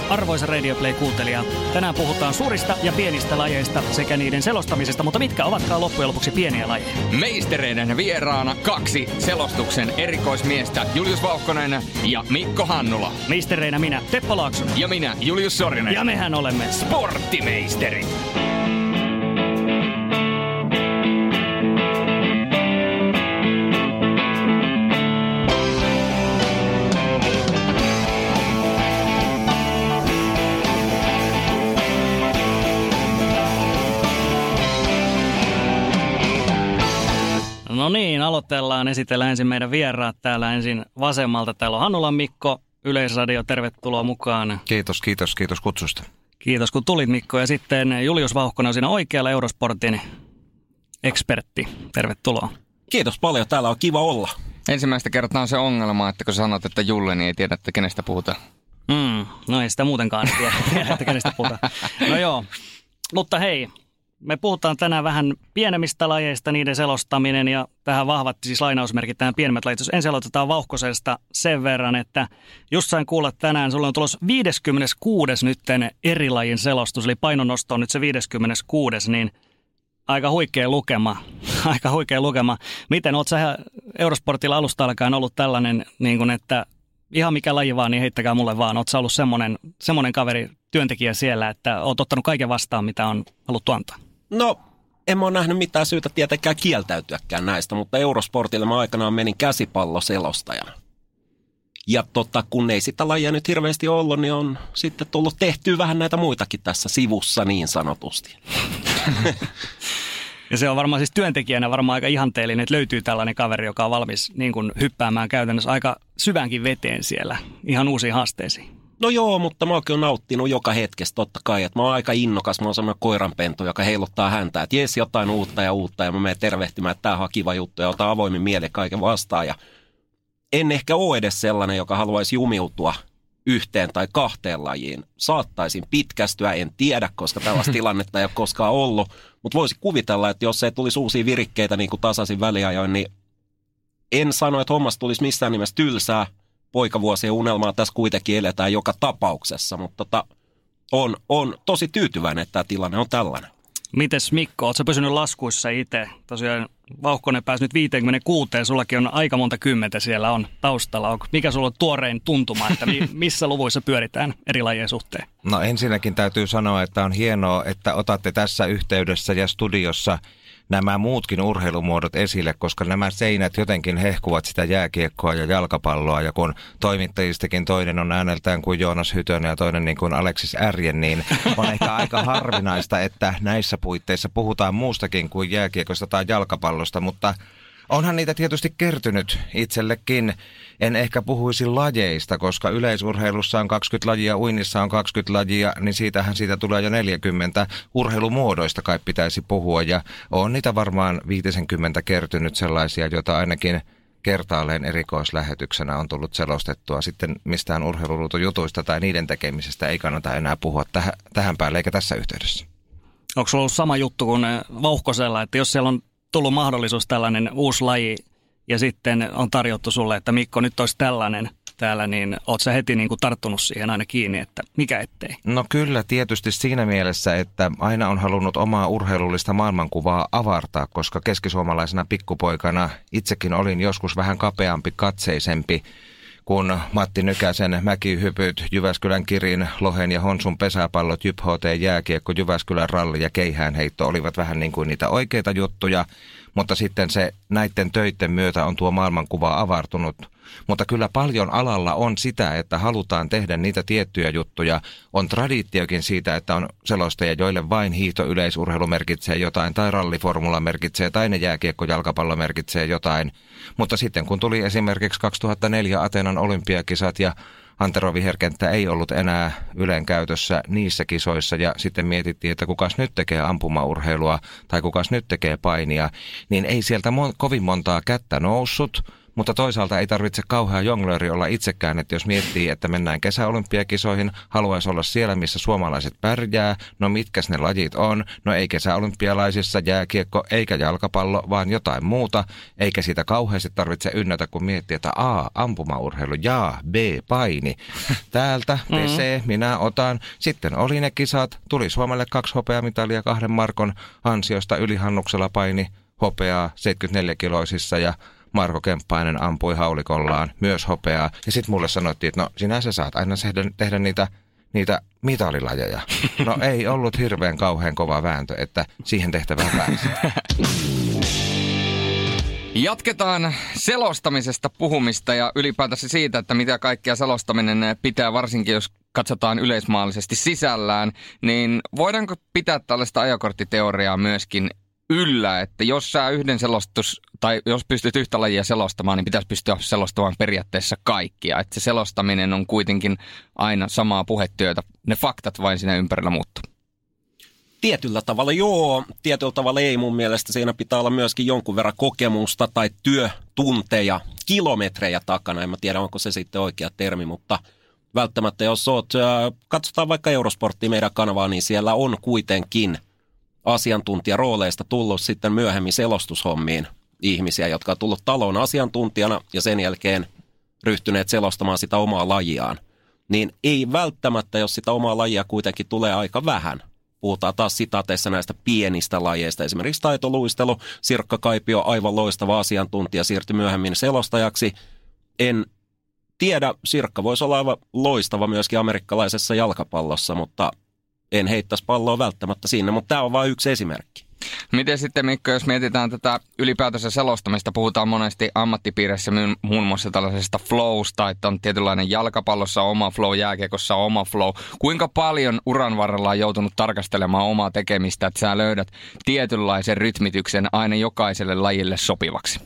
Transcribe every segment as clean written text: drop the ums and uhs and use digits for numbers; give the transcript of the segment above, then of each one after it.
arvoisa Radio Play-kuuntelija. Tänään puhutaan suurista ja pienistä lajeista sekä niiden selostamisesta, mutta mitkä ovatkaan loppujen lopuksi pieniä lajeja? Meistereiden vieraana 2 selostuksen erikoismiestä, Julius Vauhkonen ja Mikko Hannula. Meistereinä minä, Teppo Laaksonen. Ja minä, Julius Sorinen. Ja mehän olemme Sporttimeisteri. No niin, aloitellaan. Esitellään ensin meidän vieraat täällä ensin vasemmalta. Täällä on Hannulan Mikko, Yleisradio, tervetuloa mukaan. Kiitos kutsusta. Kiitos kun tulit, Mikko. Ja sitten Julius Vauhkonen on siinä oikealla, Eurosportin ekspertti. Tervetuloa. Kiitos paljon, täällä on kiva olla. Ensimmäistä kertaa on se ongelma, että kun sanot, että Julle, niin ei tiedä, että kenestä puhutaan. No ei sitä muutenkaan tiedä, että kenestä puhutaan. No joo, mutta hei. Me puhutaan tänään vähän pienemmistä lajeista, niiden selostaminen ja tähän vahvat siis lainausmerkit tähän pienemmät lajit. Jos ensin aloitetaan Vauhkosesta sen verran, että just sain kuulla tänään, sulla on tulossa 56. nytten eri lajin selostus, eli painonnosto on nyt se 56, niin aika huikea lukema. Miten oot sä Eurosportilla alusta alkaen ollut tällainen, niin kun, että ihan mikä laji vaan, niin heittäkää mulle vaan. Oot sä ollut semmoinen kaveri, työntekijä siellä, että oot ottanut kaiken vastaan, mitä on haluttu antaa? No, en mä ole nähnyt mitään syytä tietenkään kieltäytyäkään näistä, mutta Eurosportille mä aikanaan menin käsipalloselostajana. Ja kun ei sitä lajia nyt hirveästi ollut, niin on sitten tullut tehtyä vähän näitä muitakin tässä sivussa niin sanotusti. Ja se on varmaan siis työntekijänä varmaan aika ihanteellinen, että löytyy tällainen kaveri, joka on valmis niin kuin hyppäämään käytännössä aika syvänkin veteen siellä, ihan uusiin haasteisiin. No joo, mutta mä oon kyllä nauttinut joka hetkestä totta kai, että mä oon aika innokas, mä oon semmoinen koiranpentu, joka heiluttaa häntä, että jes jotain uutta ja mä menen tervehtimään, että tämähän on kiva juttu ja otan avoimin mielen kaiken vastaan. Ja en ehkä ole edes sellainen, joka haluaisi jumiutua 1 tai 2 lajiin. Saattaisin pitkästyä, en tiedä, koska tällaista tilannetta ei ole koskaan ollut, mutta voisi kuvitella, että jos ei tulisi uusia virikkeitä niin kuin tasaisin väliajoin, niin en sano, että hommasta tulisi missään nimessä tylsää. Poikavuosien unelmaa tässä kuitenkin eletään joka tapauksessa, mutta on tosi tyytyväinen, että tämä tilanne on tällainen. Mites Mikko, ootko sä pysynyt laskuissa itse? Tosiaan Vauhkonen pääsi nyt 56, sullakin on aika monta kymmentä siellä on taustalla. Mikä sulla on tuorein tuntuma, että missä luvuissa pyöritään eri lajien suhteen? No ensinnäkin täytyy sanoa, että on hienoa, että otatte tässä yhteydessä ja studiossa nämä muutkin urheilumuodot esille, koska nämä seinät jotenkin hehkuvat sitä jääkiekkoa ja jalkapalloa. Ja kun toimittajistakin toinen on ääneltään kuin Joonas Hytönen ja toinen niin kuin Aleksis Ärjen, niin on ehkä aika harvinaista, että näissä puitteissa puhutaan muustakin kuin jääkiekosta tai jalkapallosta, mutta onhan niitä tietysti kertynyt itsellekin. En ehkä puhuisi lajeista, koska yleisurheilussa on 20 lajia, uinnissa on 20 lajia, niin siitä tulee jo 40. Urheilumuodoista kai pitäisi puhua ja on niitä varmaan 50 kertynyt sellaisia, joita ainakin kertaalleen erikoislähetyksenä on tullut selostettua. Sitten mistään urheiluluutojutuista tai niiden tekemisestä ei kannata enää puhua tähän päälle eikä tässä yhteydessä. Onko sulla ollut sama juttu kuin Vauhkosella, että jos siellä on tullut mahdollisuus tällainen uusi laji ja sitten on tarjottu sulle, että Mikko nyt olisi tällainen täällä, niin oot sä heti niin kuin tarttunut siihen aina kiinni, että mikä ettei? No kyllä tietysti siinä mielessä, että aina on halunnut omaa urheilullista maailmankuvaa avartaa, koska keskisuomalaisena pikkupoikana itsekin olin joskus vähän kapeampi, katseisempi, kun Matti Nykäsen mäkihypyt, Jyväskylän Kirin, Lohen ja Honsun pesäpallot, Jyp HT jääkiekko, Jyväskylän ralli ja keihäänheitto olivat vähän niin kuin niitä oikeita juttuja, mutta sitten se näiden töiden myötä on tuo maailmankuva avartunut. Mutta kyllä paljon alalla on sitä, että halutaan tehdä niitä tiettyjä juttuja. On traditiokin siitä, että on selostajia, joille vain hiihto-yleisurheilu merkitsee jotain, tai ralliformula merkitsee, tai ne jääkiekko-jalkapallo merkitsee jotain. Mutta sitten kun tuli esimerkiksi 2004 Atenan olympiakisat ja Antero Viherkenttä ei ollut enää Ylen käytössä niissä kisoissa ja sitten mietittiin, että kukas nyt tekee ampumaurheilua tai kukas nyt tekee painia, niin ei sieltä kovin montaa kättä noussut. mutta toisaalta ei tarvitse kauhean jonglööri olla itsekään, että jos miettii, että mennään kesäolympiakisoihin, haluaisi olla siellä, missä suomalaiset pärjää, no mitkäs ne lajit on, no ei kesäolympialaisissa jääkiekko eikä jalkapallo, vaan jotain muuta, eikä siitä kauheasti tarvitse ynnätä, kun miettii, että A, ampumaurheilu, ja B, paini. Täältä, C, minä otan. Sitten oli ne kisat, tuli Suomelle 2 hopeamitalia 2 markon ansiosta, Yli-Hannuksella paini hopeaa 74-kiloisissa ja Marko Kemppainen ampui haulikollaan myös hopeaa. Ja sitten mulle sanottiin, että no sinä sä saat aina tehdä niitä mitalilajeja. No ei ollut hirveän kauhean kova vääntö, että siihen tehtävään pääsi. Jatketaan selostamisesta puhumista ja ylipäätänsä siitä, että mitä kaikkea selostaminen pitää, varsinkin jos katsotaan yleismaallisesti sisällään, niin voidaanko pitää tällaista ajokorttiteoriaa myöskin yllä, että jos sä yhden tai jos pystyt yhtä lajia selostamaan, niin pitäisi pystyä selostamaan periaatteessa kaikkia. Että se selostaminen on kuitenkin aina samaa puhetyötä. Ne faktat vain siinä ympärillä muuttuu. Tietyllä tavalla joo, tietyllä tavalla ei mun mielestä. Siinä pitää olla myöskin jonkun verran kokemusta tai työtunteja, kilometrejä takana. En mä tiedä, onko se sitten oikea termi, mutta välttämättä jos katsotaan vaikka Eurosporttia meidän kanavaa, niin siellä on kuitenkin asiantuntijarooleista tullut sitten myöhemmin selostushommiin ihmisiä, jotka on tullut talon asiantuntijana ja sen jälkeen ryhtyneet selostamaan sitä omaa lajiaan. Niin ei välttämättä, jos sitä omaa lajia kuitenkin tulee aika vähän. Puhutaan taas sitaateissa näistä pienistä lajeista. Esimerkiksi taitoluistelu, Sirkka Kaipio, aivan loistava asiantuntija, siirtyi myöhemmin selostajaksi. En tiedä, Sirkka voisi olla aivan loistava myöskin amerikkalaisessa jalkapallossa, mutta en heittäisi palloa välttämättä sinne, mutta tämä on vain yksi esimerkki. Miten sitten, Mikko, jos mietitään tätä ylipäätänsä selostamista, puhutaan monesti ammattipiirissä muun muassa tällaisesta flowsta, että on tietynlainen jalkapallossa oma flow, jääkiekossa oma flow. Kuinka paljon uran varrella on joutunut tarkastelemaan omaa tekemistä, että sä löydät tietynlaisen rytmityksen aina jokaiselle lajille sopivaksi?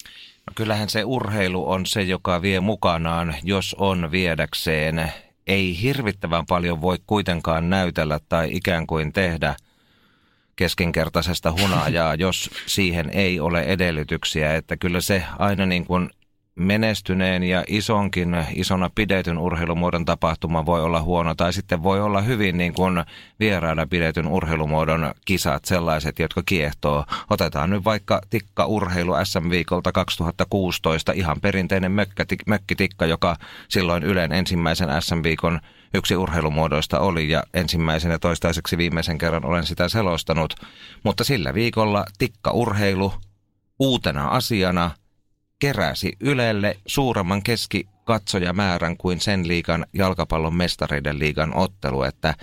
No kyllähän se urheilu on se, joka vie mukanaan, jos on viedäkseen. Ei hirvittävän paljon voi kuitenkaan näytellä tai ikään kuin tehdä keskinkertaisesta hunajaa, jos siihen ei ole edellytyksiä. Että kyllä se aina niin kuin menestyneen ja isona pidetyn urheilumuodon tapahtuma voi olla huono, tai sitten voi olla hyvin niin kuin vieraana pidetyn urheilumuodon kisat sellaiset, jotka kiehtoo. Otetaan nyt vaikka tikkaurheilu SM-viikolta 2016, ihan perinteinen mökkitikka, joka silloin Ylen ensimmäisen SM-viikon yksi urheilumuodoista oli, ja ensimmäisen ja toistaiseksi viimeisen kerran olen sitä selostanut. Mutta sillä viikolla tikkaurheilu uutena asiana keräsi Ylelle suuremman keskikatsojamäärän kuin sen liigan jalkapallon mestareiden liigan ottelu, että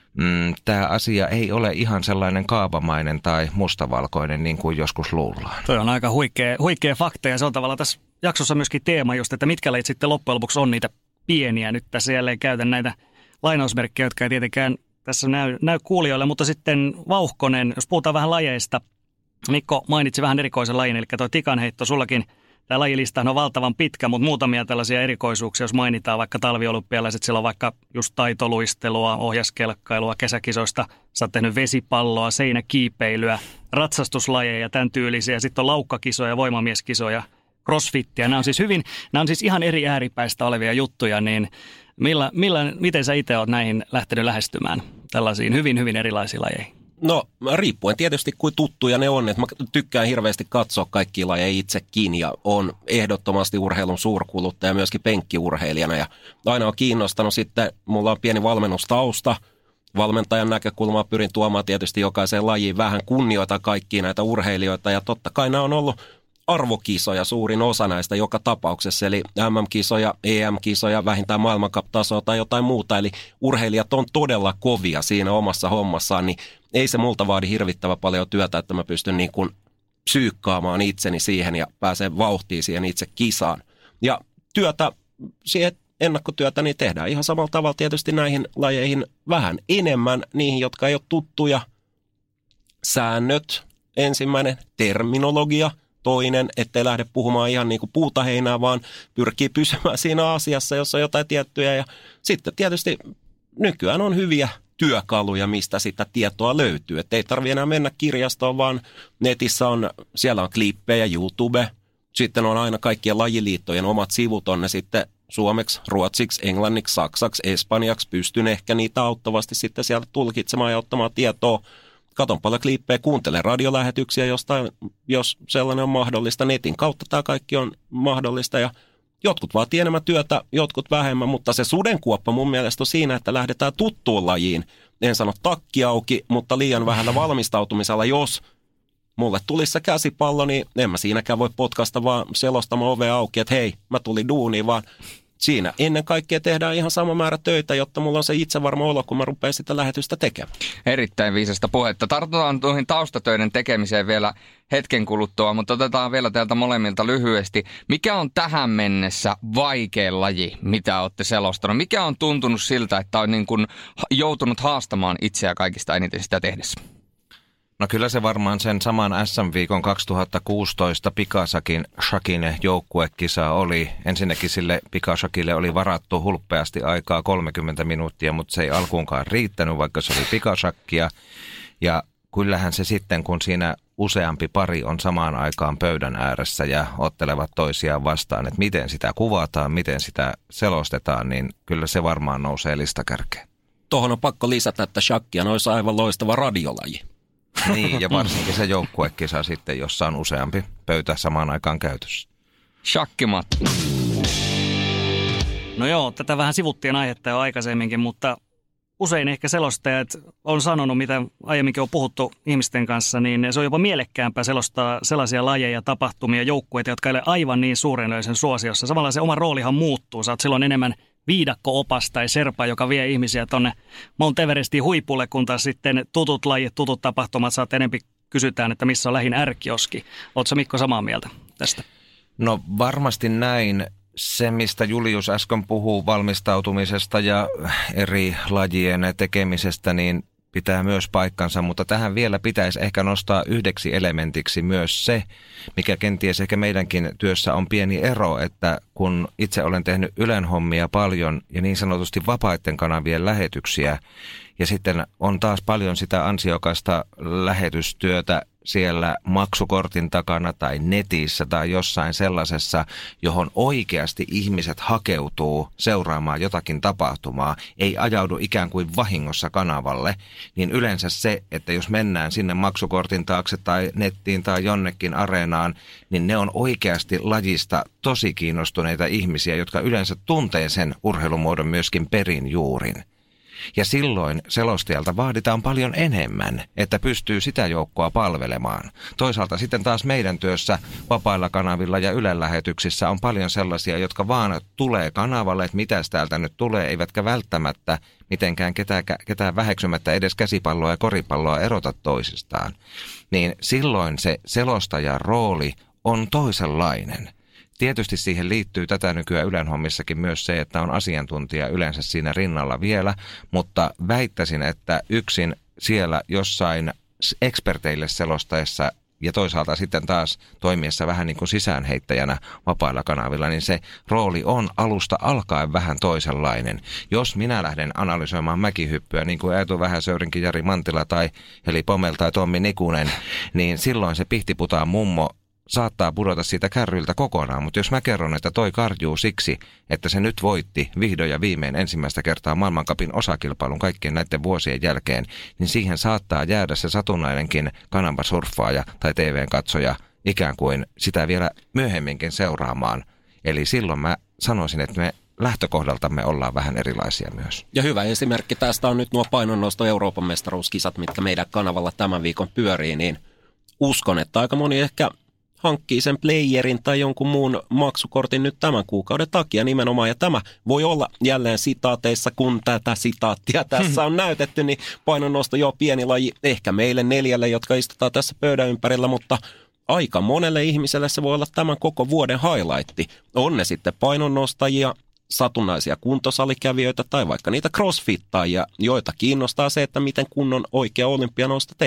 tämä asia ei ole ihan sellainen kaavamainen tai mustavalkoinen niin kuin joskus luullaan. Toi on aika huikea fakta, ja se on tavallaan tässä jaksossa myöskin teema just, että mitkä lajit sitten loppujen lopuksi on niitä pieniä. Nyt tässä jälleen käytän näitä lainausmerkkejä, jotka ei tietenkään tässä näy kuulijoille, mutta sitten Vauhkonen, jos puhutaan vähän lajeista, Mikko mainitsi vähän erikoisen lajin, eli toi tikanheitto, sullakin tämä lajilistahan on valtavan pitkä, mutta muutamia tällaisia erikoisuuksia, jos mainitaan vaikka talviolympialaiset, siellä on vaikka just taitoluistelua, ohjaskelkkailua, kesäkisoista, sä oot tehnyt vesipalloa, seinäkiipeilyä, ratsastuslajeja, tämän tyylisiä, sitten on laukkakisoja, voimamieskisoja, crossfittiä. Nämä on siis ihan eri ääripäistä olevia juttuja, niin miten sä itse oot näihin lähtenyt lähestymään tällaisiin hyvin, hyvin erilaisiin lajeihin? No riippuen tietysti kuin tuttuja ne on, että mä tykkään hirveästi katsoa kaikkia lajeja itsekin ja on ehdottomasti urheilun suurkuluttaja myöskin penkkiurheilijana ja aina on kiinnostanut sitten, mulla on pieni valmennustausta, valmentajan näkökulmaa pyrin tuomaan tietysti jokaiseen lajiin, vähän kunnioitan kaikkia näitä urheilijoita ja totta kai nämä on ollut arvokisoja suurin osa näistä joka tapauksessa, eli MM-kisoja, EM-kisoja, vähintään maailmancup-tasoa tai jotain muuta, eli urheilijat on todella kovia siinä omassa hommassaan, niin ei se multa vaadi hirvittävän paljon työtä, että mä pystyn niin kuin psyykkaamaan itseni siihen ja pääsen vauhtiin siihen itse kisaan. Ja siihen ennakkotyötä niin tehdään ihan samalla tavalla tietysti näihin lajeihin vähän enemmän, niihin, jotka ei ole tuttuja. Säännöt, ensimmäinen, terminologia, toinen, ettei lähde puhumaan ihan niin kuin puuta heinää, vaan pyrkii pysymään siinä asiassa, jossa on jotain tiettyjä. Ja sitten tietysti nykyään on hyviä työkaluja, mistä sitä tietoa löytyy. Että ei tarvitse enää mennä kirjastoon, vaan netissä siellä on klippejä, YouTube, Sitten on aina kaikkien lajiliittojen omat sivut, on ne sitten suomeksi, ruotsiksi, englanniksi, saksaksi, espanjaksi. Pystyn ehkä niitä auttavasti sitten sieltä tulkitsemaan ja ottamaan tietoa. Katon paljon klippejä, kuuntelen radiolähetyksiä jostain, jos sellainen on mahdollista. Netin kautta tämä kaikki on mahdollista ja jotkut vaatii enemmän työtä, jotkut vähemmän, mutta se sudenkuoppa mun mielestä on siinä, että lähdetään tuttuun lajiin. En sano takki auki, mutta liian vähällä valmistautumisella, jos mulle tulisi se käsipallo, niin en mä siinäkään voi potkasta vaan selostamaan ovea auki, että hei, mä tulin duuniin, vaan siinä ennen kaikkea tehdään ihan sama määrä töitä, jotta mulla on se itsevarma olo, kun mä rupean sitä lähetystä tekemään. Erittäin viisasta puhetta. Tartutaan tuohon taustatöiden tekemiseen vielä hetken kuluttua, mutta otetaan vielä teiltä molemmilta lyhyesti. Mikä on tähän mennessä vaikein laji, mitä olette selostanut? Mikä on tuntunut siltä, että on niin kuin joutunut haastamaan itseä kaikista eniten sitä tehdessä? No kyllä se varmaan sen saman SM-viikon 2016 Pikasakin joukkuekisa oli. Ensinnäkin sille Pikasakille oli varattu hulppeasti aikaa 30 minuuttia, mutta se ei alkuunkaan riittänyt, vaikka se oli Pikasakkia. Ja kyllähän se sitten, kun siinä useampi pari on samaan aikaan pöydän ääressä ja ottelevat toisiaan vastaan, että miten sitä kuvataan, miten sitä selostetaan, niin kyllä se varmaan nousee listakärkeen. Tuohon on pakko lisätä, että shakkia olisi aivan loistava radiolaji. Niin, ja varsinkin se joukkuekisa sitten, jossa on useampi pöytä samaan aikaan käytössä. Shakki-Matti. No joo, tätä vähän sivuttiin aihetta jo aikaisemminkin, mutta usein ehkä selostajat on sanonut, mitä aiemminkin on puhuttu ihmisten kanssa, niin se on jopa mielekkäämpää selostaa sellaisia lajeja, tapahtumia, joukkueita, jotka ei ole aivan niin suuren yleisön suosiossa. Samalla se oma roolihan muuttuu. Sä oot silloin enemmän viidakko-opas tai serpa, joka vie ihmisiä tonne Mount Everestin huipulle, kun taas sitten tutut lajit, tutut tapahtumat, saat enempi kysytään, että missä on lähin R-kioski. Ootko Mikko samaa mieltä tästä? No varmasti näin. Se, mistä Julius äsken puhuu valmistautumisesta ja eri lajien tekemisestä, niin pitää myös paikkansa, mutta tähän vielä pitäisi ehkä nostaa yhdeksi elementiksi myös se, mikä kenties ehkä meidänkin työssä on pieni ero, että kun itse olen tehnyt Ylen hommia paljon ja niin sanotusti vapaiden kanavien lähetyksiä, ja sitten on taas paljon sitä ansiokasta lähetystyötä siellä maksukortin takana tai netissä tai jossain sellaisessa, johon oikeasti ihmiset hakeutuu seuraamaan jotakin tapahtumaa, ei ajaudu ikään kuin vahingossa kanavalle, niin yleensä se, että jos mennään sinne maksukortin taakse tai nettiin tai jonnekin areenaan, niin ne on oikeasti lajista tosi kiinnostuneita ihmisiä, jotka yleensä tuntee sen urheilumuodon myöskin perin juurin. Ja silloin selostajalta vaaditaan paljon enemmän, että pystyy sitä joukkoa palvelemaan. Toisaalta sitten taas meidän työssä vapailla kanavilla ja Ylen lähetyksissä on paljon sellaisia, jotka vaan tulee kanavalle, että mitäs täältä nyt tulee, eivätkä välttämättä mitenkään ketään väheksymättä edes käsipalloa ja koripalloa erota toisistaan. Niin silloin se selostajan rooli on toisenlainen. Tietysti siihen liittyy tätä nykyään Ylen hommissakin myös se, että on asiantuntija yleensä siinä rinnalla vielä, mutta väittäisin, että yksin siellä jossain eksperteille selostaessa ja toisaalta sitten taas toimiessa vähän niin kuin sisäänheittäjänä vapailla kanavilla, niin se rooli on alusta alkaen vähän toisenlainen. Jos minä lähden analysoimaan mäkihyppyä, niin kuin Eetu Vähäsöyrinkin, Jari Mantila tai Heli Pomel tai Tommi Nikunen, niin silloin se Pihtiputaan mummo saattaa pudota siitä kärryiltä kokonaan, mutta jos mä kerron, että toi karjuu siksi, että se nyt voitti vihdoin ja viimein ensimmäistä kertaa maailmancupin osakilpailun kaikkien näiden vuosien jälkeen, niin siihen saattaa jäädä se satunnainenkin kanavasurffaaja tai TV-katsoja ikään kuin sitä vielä myöhemminkin seuraamaan. Eli silloin mä sanoisin, että me lähtökohdaltamme ollaan vähän erilaisia myös. Ja hyvä esimerkki tästä on nyt nuo painonnosto Euroopan mestaruuskisat, mitkä meidän kanavalla tämän viikon pyörii, niin uskon, että aika moni ehkä hankkii sen playerin tai jonkun muun maksukortin nyt tämän kuukauden takia nimenomaan. Ja tämä voi olla jälleen sitaateissa, kun tätä sitaattia tässä on näytetty, niin painonnosto jo pieni laji, ehkä meille 4, jotka istutaan tässä pöydän ympärillä, mutta aika monelle ihmiselle se voi olla tämän koko vuoden highlightti. On ne sitten painonnostajia, satunnaisia kuntosalikävijöitä tai vaikka niitä crossfittajia, joita kiinnostaa se, että miten kunnon oikea olympianousta tehdään.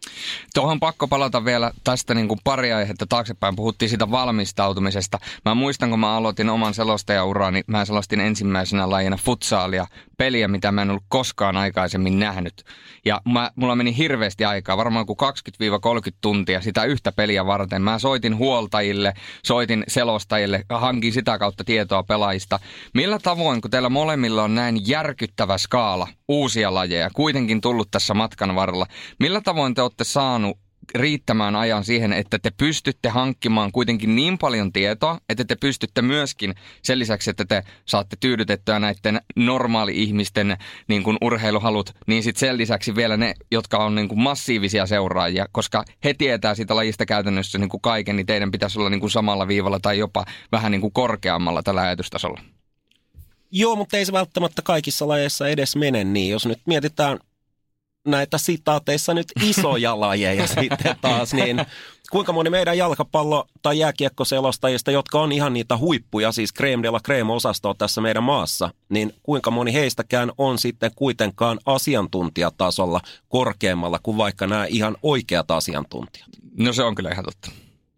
Tuohon pakko palata vielä tästä niin kuin pari aihetta taaksepäin. Puhuttiin siitä valmistautumisesta. Mä muistan, kun mä aloitin oman selostajaurani, mä selostin ensimmäisenä lajina futsaalia, peliä, mitä mä en ollut koskaan aikaisemmin nähnyt. Ja mulla meni hirveästi aikaa, varmaan kuin 20-30 tuntia sitä yhtä peliä varten. Mä soitin huoltajille, soitin selostajille, hankin sitä kautta tietoa pelaajista. Millä tavoin, kun teillä molemmilla on näin järkyttävä skaala uusia lajeja kuitenkin tullut tässä matkan varrella, millä tavoin te olette saanut riittämään ajan siihen, että te pystytte hankkimaan kuitenkin niin paljon tietoa, että te pystytte myöskin sen lisäksi, että te saatte tyydytettyä näiden normaali-ihmisten niin kuin urheiluhalut, niin sitten sen lisäksi vielä ne, jotka on niin kuin massiivisia seuraajia, koska he tietää siitä lajista käytännössä niin kuin kaiken, niin teidän pitäisi olla niin kuin samalla viivalla tai jopa vähän niin kuin korkeammalla tällä ajatustasolla. Joo, mutta ei se välttämättä kaikissa lajeissa edes mene niin. Jos nyt mietitään näitä sitaateissa nyt isoja lajeja sitten taas, niin kuinka moni meidän jalkapallo- tai jääkiekkoselostajista, jotka on ihan niitä huippuja, siis crème de la crème-osastoa tässä meidän maassa, niin kuinka moni heistäkään on sitten kuitenkaan asiantuntijatasolla korkeammalla kuin vaikka nämä ihan oikeat asiantuntijat? No se on kyllä ihan totta.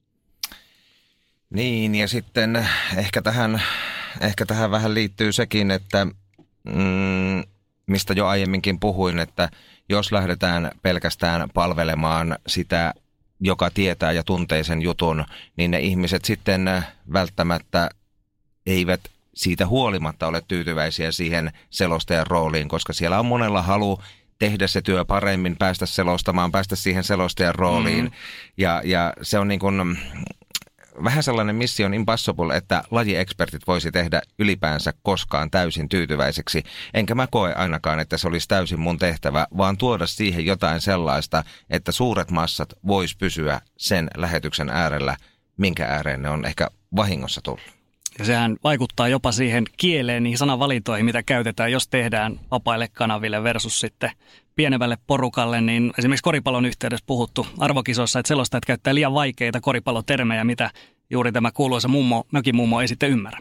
Niin, ja sitten ehkä tähän vähän liittyy sekin, että mistä jo aiemminkin puhuin, että jos lähdetään pelkästään palvelemaan sitä, joka tietää ja tuntee sen jutun, niin ne ihmiset sitten välttämättä eivät siitä huolimatta ole tyytyväisiä siihen selostajan rooliin, koska siellä on monella halu tehdä se työ paremmin, päästä selostamaan, päästä siihen selostajan rooliin. Ja se on niin kuin vähän sellainen mission impossible, että lajiekspertit voisi tehdä ylipäänsä koskaan täysin tyytyväiseksi. Enkä mä koe ainakaan, että se olisi täysin mun tehtävä, vaan tuoda siihen jotain sellaista, että suuret massat vois pysyä sen lähetyksen äärellä, minkä ääreen ne on ehkä vahingossa tullut. Ja sehän vaikuttaa jopa siihen kieleen, niihin sanavalintoihin, mitä käytetään, jos tehdään vapaille kanaville versus sitten pienemmälle porukalle, niin esimerkiksi koripallon yhteydessä puhuttu arvokisoissa, että selostajat käyttää liian vaikeita koripallotermejä, mitä juuri tämä kuuluisa mökin mummo ei sitten ymmärrä.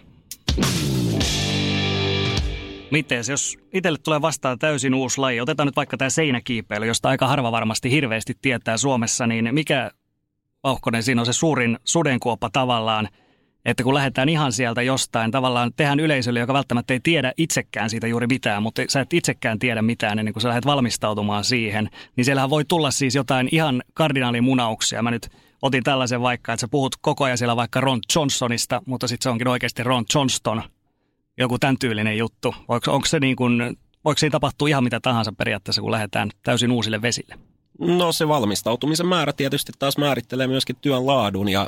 Mites, jos itselle tulee vastaan täysin uusi laji, otetaan nyt vaikka tämä seinäkiipeily, josta aika harva varmasti hirveästi tietää Suomessa, niin mikä, Vauhkonen, siinä on se suurin sudenkuoppa tavallaan, että kun lähdetään ihan sieltä jostain, tavallaan tehdään yleisölle, joka välttämättä ei tiedä itsekään siitä juuri mitään, mutta sä et itsekään tiedä mitään ennen kuin sä lähdet valmistautumaan siihen, niin siellähän voi tulla siis jotain ihan kardinaalimunauksia. Mä nyt otin tällaisen vaikka, että sä puhut koko ajan siellä vaikka Ron Johnsonista, mutta sitten se onkin oikeasti Ron Johnston, joku tämän tyylinen juttu. Voiko siinä tapahtua ihan mitä tahansa periaatteessa, kun lähdetään täysin uusille vesille? No se valmistautumisen määrä tietysti taas määrittelee myöskin työn laadun ja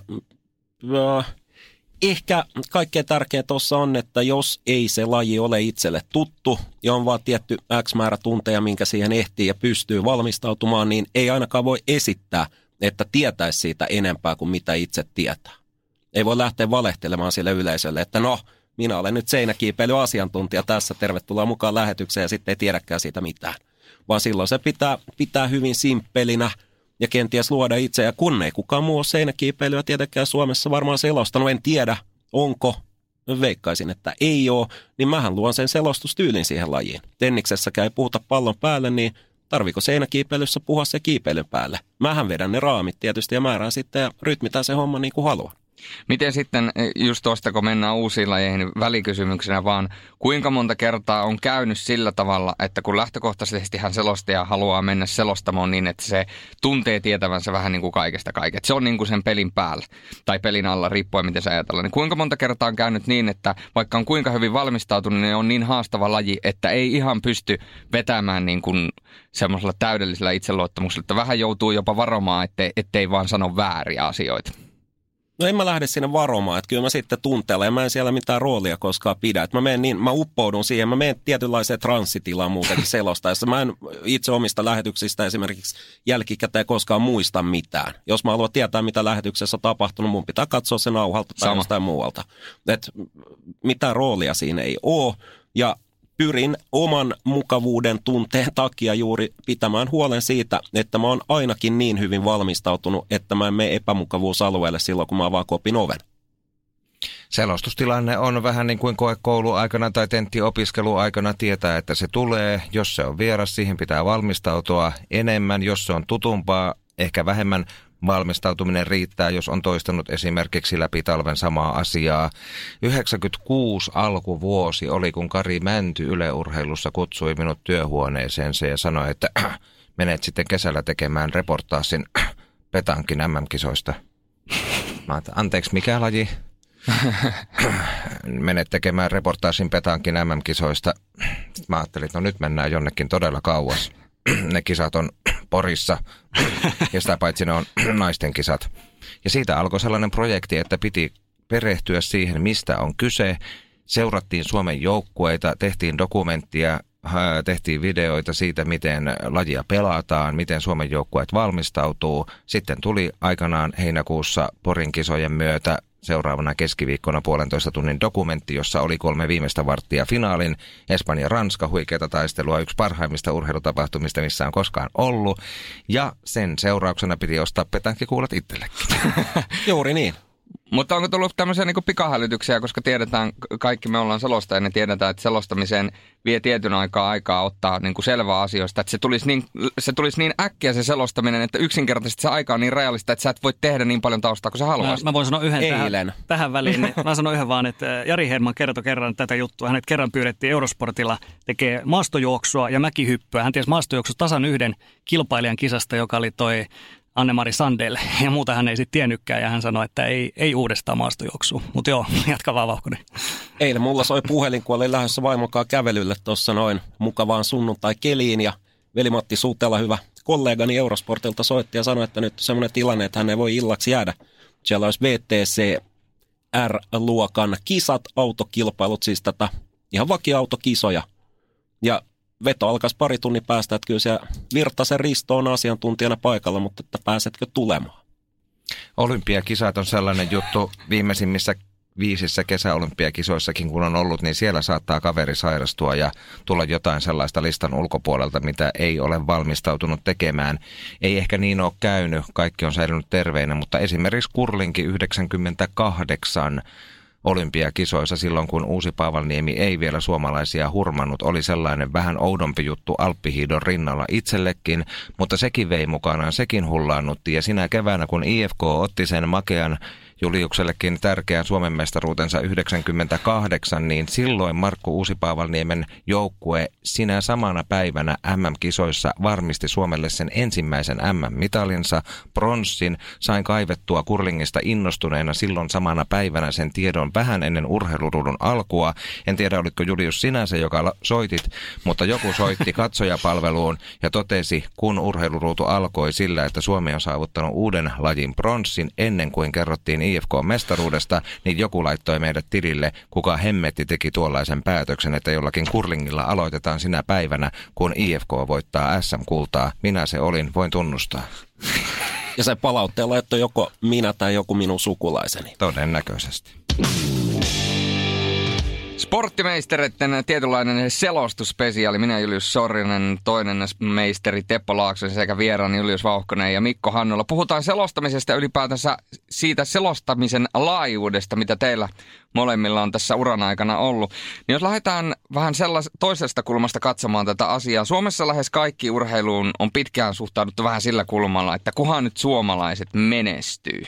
ehkä kaikkein tärkeää tuossa on, että jos ei se laji ole itselle tuttu ja on vaan tietty X määrä tunteja, minkä siihen ehtii ja pystyy valmistautumaan, niin ei ainakaan voi esittää, että tietäisi siitä enempää kuin mitä itse tietää. Ei voi lähteä valehtelemaan sille yleisölle, että no, minä olen nyt seinäkiipeilyasiantuntija tässä, tervetuloa mukaan lähetykseen ja sitten ei tiedäkään siitä mitään. Vaan silloin se pitää hyvin simppelinä ja kenties luoda itse, ja kun ei kukaan muu ole seinäkiipeilyä tietenkään Suomessa varmaan selostanut, en tiedä, onko, veikkaisin, että ei ole, niin mähän luon sen selostustyylin siihen lajiin. Tenniksessäkään ei puhuta pallon päälle, niin tarviiko seinäkiipeilyssä puhua se kiipeilyn päälle? Mähän vedän ne raamit tietysti ja määrään sitten ja rytmitään se homma niin kuin haluan. Miten sitten, just tuosta kun mennään uusiin lajeihin välikysymyksenä vaan, kuinka monta kertaa on käynyt sillä tavalla, että kun lähtökohtaisestihan selostaja haluaa mennä selostamaan niin, että se tuntee tietävänsä vähän niin kuin kaikesta kaiket. Se on niin kuin sen pelin päällä tai pelin alla, riippuen miten se ajatellaan. Niin kuinka monta kertaa on käynyt niin, että vaikka on kuinka hyvin valmistautunut, niin on niin haastava laji, että ei ihan pysty vetämään niin kuin semmoisella täydellisellä itseluottamuksella, että vähän joutuu jopa varomaan, ettei vaan sano vääriä asioita. No en mä lähde sinne varomaan, että kyllä mä sitten tuntelen ja mä en siellä mitään roolia koskaan pidä. Että mä uppoudun siihen, mä menen tietynlaiseen transsitilaan muutenkin selostaessa. Mä en itse omista lähetyksistä esimerkiksi jälkikäteen koskaan muista mitään. Jos mä haluan tietää, mitä lähetyksessä on tapahtunut, mun pitää katsoa sen nauhalta tai jostain muualta. Että mitään roolia siinä ei ole ja pyrin oman mukavuuden tunteen takia juuri pitämään huolen siitä, että mä oon ainakin niin hyvin valmistautunut, että mä en mene epämukavuusalueelle silloin, kun mä avaan kopin oven. Selostustilanne on vähän niin kuin koekouluaikana tai tenttiopiskeluaikana tietää, että se tulee. Jos se on vieras, siihen pitää valmistautua enemmän. Jos se on tutumpaa, Ehkä vähemmän valmistautuminen riittää, jos on toistanut esimerkiksi läpi talven samaa asiaa. 96 alkuvuosi oli, kun Kari Mänty Yle Urheilussa kutsui minut työhuoneeseensa ja sanoi, että menet sitten kesällä tekemään reportaasin petankin MM-kisoista. Mä ajattelin, anteeksi, mikä laji? Menet tekemään reportaasin petankin MM-kisoista. Sitten mä ajattelin, että no nyt mennään jonnekin todella kauas. Ne kisat on Porissa ja sitä paitsi ne on naisten kisat. Ja siitä alkoi sellainen projekti, että piti perehtyä siihen, mistä on kyse. Seurattiin Suomen joukkueita, tehtiin dokumenttia, tehtiin videoita siitä, miten lajia pelataan, miten Suomen joukkueet valmistautuu. Sitten tuli aikanaan heinäkuussa Porin kisojen myötä seuraavana keskiviikkona 1,5 tunnin dokumentti, jossa oli 3 viimeistä varttia finaalin. Espanja-Ranska, huikeata taistelua, yksi parhaimmista urheilutapahtumista, missä on koskaan ollut. Ja sen seurauksena piti ostaa petankikuulat itsellekin. Juuri niin. Mutta onko tullut tämmöisiä niin kuin pikahälytyksiä, koska tiedetään, kaikki me ollaan selostajia, niin tiedetään, että selostamiseen vie tietyn aikaa ottaa niin kuin selvää asioista. Että se tulisi niin äkkiä se selostaminen, että yksinkertaisesti se aika on niin rajallista, että sä et voi tehdä niin paljon taustaa kuin sä haluaisit. Mä voin sanoa yhden tähän väliin. Niin mä sanon yhden vaan, että Jari Hedman kertoi kerran tätä juttua. Hänet kerran pyydettiin Eurosportilla tekee maastojuoksua ja mäkihyppyä. Hän tiesi maastojuoksusta tasan yhden kilpailijan kisasta, joka oli toi Anne-Mari Sandel, ja muuta hän ei sitten tiennytkään, ja hän sanoi, että ei uudestaan maastojuoksua. Mutta joo, jatka vaan vauhkoni. Eilen mulla soi puhelin, kun olin lähdössä vaimokaan kävelylle tuossa noin mukavaan sunnuntai-keliin, ja veli-Matti Suutela, hyvä kollegani Eurosportilta, soitti ja sanoi, että nyt on semmoinen tilanne, että hän ei voi illaksi jäädä. Siellä olisi VTC R-luokan kisat, autokilpailut, siis tätä ihan vakiautokisoja, ja veto alkaisi pari tunnin päästä, että kyllä se Virtasen Risto on asiantuntijana paikalla, mutta että pääsetkö tulemaan? Olympiakisat on sellainen juttu viimeisimmissä 5 kesäolympiakisoissakin, kun on ollut, niin siellä saattaa kaveri sairastua ja tulla jotain sellaista listan ulkopuolelta, mitä ei ole valmistautunut tekemään. Ei ehkä niin ole käynyt, kaikki on säilynyt terveinä, mutta esimerkiksi Kurlinki 98 olympiakisoissa silloin, kun Uusi-Paavalniemi ei vielä suomalaisia hurmannut, oli sellainen vähän oudompi juttu alppihiidon rinnalla itsellekin, mutta sekin vei mukanaan, sekin hullaannutti. Ja sinä keväänä, kun IFK otti sen makean Juliuksellekin tärkeän Suomen mestaruutensa 98, niin silloin Markku Uusi-Paavalniemen joukkue sinä samana päivänä MM-kisoissa varmisti Suomelle sen ensimmäisen MM-mitalinsa, pronssin. Sain kaivettua Kurlingista innostuneena silloin samana päivänä sen tiedon vähän ennen urheiluruudun alkua. En tiedä, olitko Julius sinä se, joka soitit, mutta joku soitti katsojapalveluun ja totesi, kun urheiluruutu alkoi sillä, että Suomi on saavuttanut uuden lajin pronssin ennen kuin kerrottiin IFK-mestaruudesta, niin joku laittoi meidät tilille, kuka hemmetti teki tuollaisen päätöksen, että jollakin kurlingilla aloitetaan sinä päivänä, kun IFK voittaa SM-kultaa. Minä se olin, voin tunnustaa. Ja se palautteella, että joko minä tai joku minun sukulaiseni. Todennäköisesti. Sporttimeistereiden tietynlainen selostuspesiaali. Minä Julius Sorinen, toinen meisteri Teppo Laaksonen sekä vieraani Julius Vauhkonen ja Mikko Hannola. Puhutaan selostamisesta ja ylipäätänsä siitä selostamisen laajuudesta, mitä teillä molemmilla on tässä uran aikana ollut. Niin jos lähdetään vähän toisesta kulmasta katsomaan tätä asiaa. Suomessa lähes kaikki urheiluun on pitkään suhtauduttu vähän sillä kulmalla, että kunhan nyt suomalaiset menestyy.